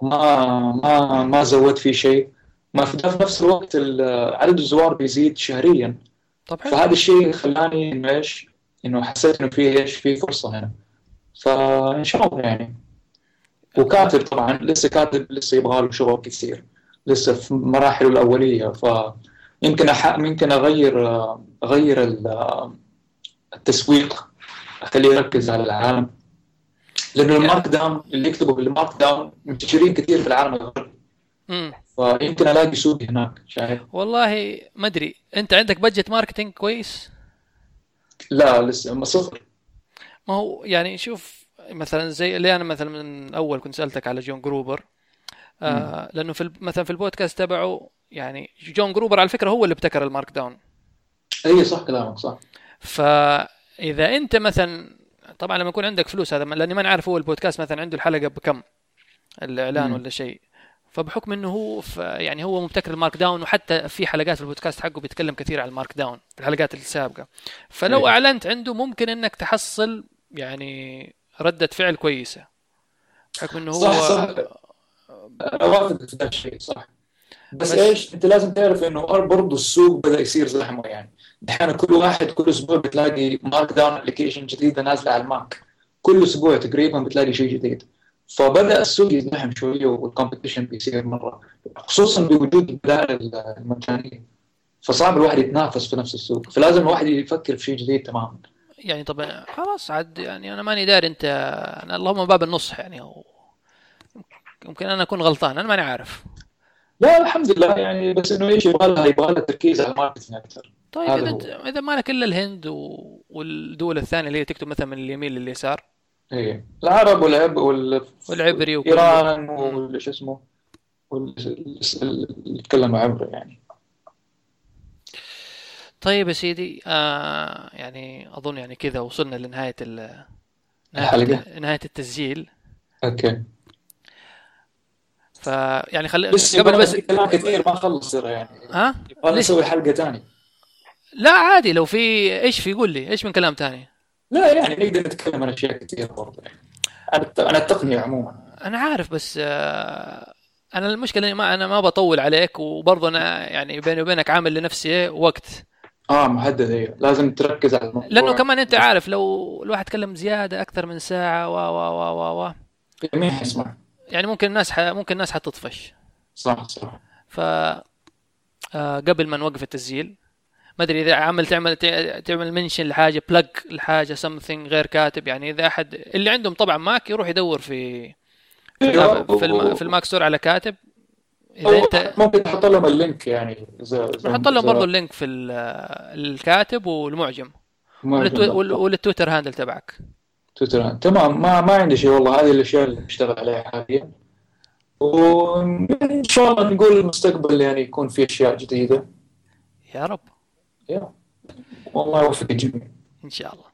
ما زودت فيه شيء. ما في نفس الوقت عدد الزوار بيزيد شهريا. طب حلو. فهذا الشيء خلاني إنه إيش، إنه حسيت إنه فيه إيش في فرصة هنا. فإن شاء الله يعني. والله وكاتب طبعا لسه كاتب، لسه يبغى له شغل كثير، لسه في مراحله الأولية. فيمكن يمكن أغير التسويق، أخليه يركز على العالم، لأنه يعني المارك داون اللي يكتبوا بالمارك داون منتشرين كثير في العالم الغربي. امم فيمكن ألاقي سوق هناك شايف. والله ما ادري انت عندك بادجت ماركتينج كويس؟ لا لسه ما صفر. ما هو يعني شوف مثلا زي اللي انا مثلا من اول كنت سالتك على جون جروبر، مم. لانه مثلا في البودكاست تبعه، يعني جون جروبر على فكره هو اللي ابتكر المارك داون. أي صح كلامك صح. فاذا انت مثلا، طبعا لما يكون عندك فلوس هذا لاني ما نعرف هو البودكاست مثلا عنده الحلقه بكم الاعلان مم. ولا شيء، فبحكم انه هو يعني هو مبتكر المارك داون، وحتى في حلقات في البودكاست حقه بيتكلم كثير عن المارك داون في الحلقات السابقه، فلو أي اعلنت عنده ممكن انك تحصل يعني ردة فعل كويسه، بحكم انه صح هو. صح. أنا أوافق في ذا الشيء صح. بس بس ايش انت لازم تعرف انه برضه السوق بدا يصير زحمه يعني. دحين كل اسبوع بتلاقي مارك داون ابلكيشن جديده نازله على الماك. كل اسبوع تقريبا بتلاقي شيء جديد. فبدأ السوق يزدحم شوية والكومبetition بيصير مرة، خصوصا بوجود البدائل المجانية. فصعب الواحد يتنافس في نفس السوق، فلازم الواحد يفكر في شيء جديد تماما. يعني طبعا خلاص عاد، يعني انا ماني داري انت، أنا اللهم باب النصح يعني، أو يمكن انا اكون غلطان، انا ماني عارف. لا الحمد لله يعني، بس انه ايش يبغى لها تركيز على الماركتنج اكثر. طيب هذا اذا انت، هو. اذا مالك الا الهند والدول الثانيه اللي هي تكتب مثلا من اليمين لليسار، ايه العرب والعبري وكله. ايران مم. وش اسمه اللي يتكلموا عبره يعني. طيب يا سيدي، يعني اظن يعني كذا وصلنا لنهايه الحلقة. نهايه التسجيل. اوكي. فيعني لسه قبل يبغى بس. في كلام كثير ما خلص ترى يعني. ها؟ يبغى ليش؟ نسوي حلقة تانية. لا عادي، لو في ايش في قول لي ايش من كلام تاني. لا يعني نقدر نتكلم عن اشياء كثير برضه يعني، عن التقنية عموما. انا عارف، بس انا المشكله اني ما انا ما بطول عليك، وبرضه انا يعني بيني وبينك عامل لنفسي وقت. اه محدد، ايوه لازم تركز على لانه الموضوع. كمان انت عارف لو الواحد تكلم زياده اكثر من ساعه و مين حيسمع؟ يعني ممكن الناس ممكن الناس حتطفش. صح صح. ف قبل ما نوقف التسجيل، ما ادري اذا تعمل منشن لحاجه، بلج لحاجه something غير كاتب، يعني اذا احد اللي عندهم طبعا ماك يروح يدور ايوه في الماك ستور على كاتب. اذا أو انت ممكن تحط لهم اللينك يعني، بنحط لهم برضو اذا اللينك في الكاتب والمعجم، ما بالضبط. وللتويتر هاندل تبعك. تويتر تمام، ما عندي شيء والله، هذه الاشياء اللي بشتغل عليها حاليا، وان شاء الله نقول المستقبل يعني يكون في اشياء جديده. يا رب. يا والله يوفق الجميع. ان شاء الله.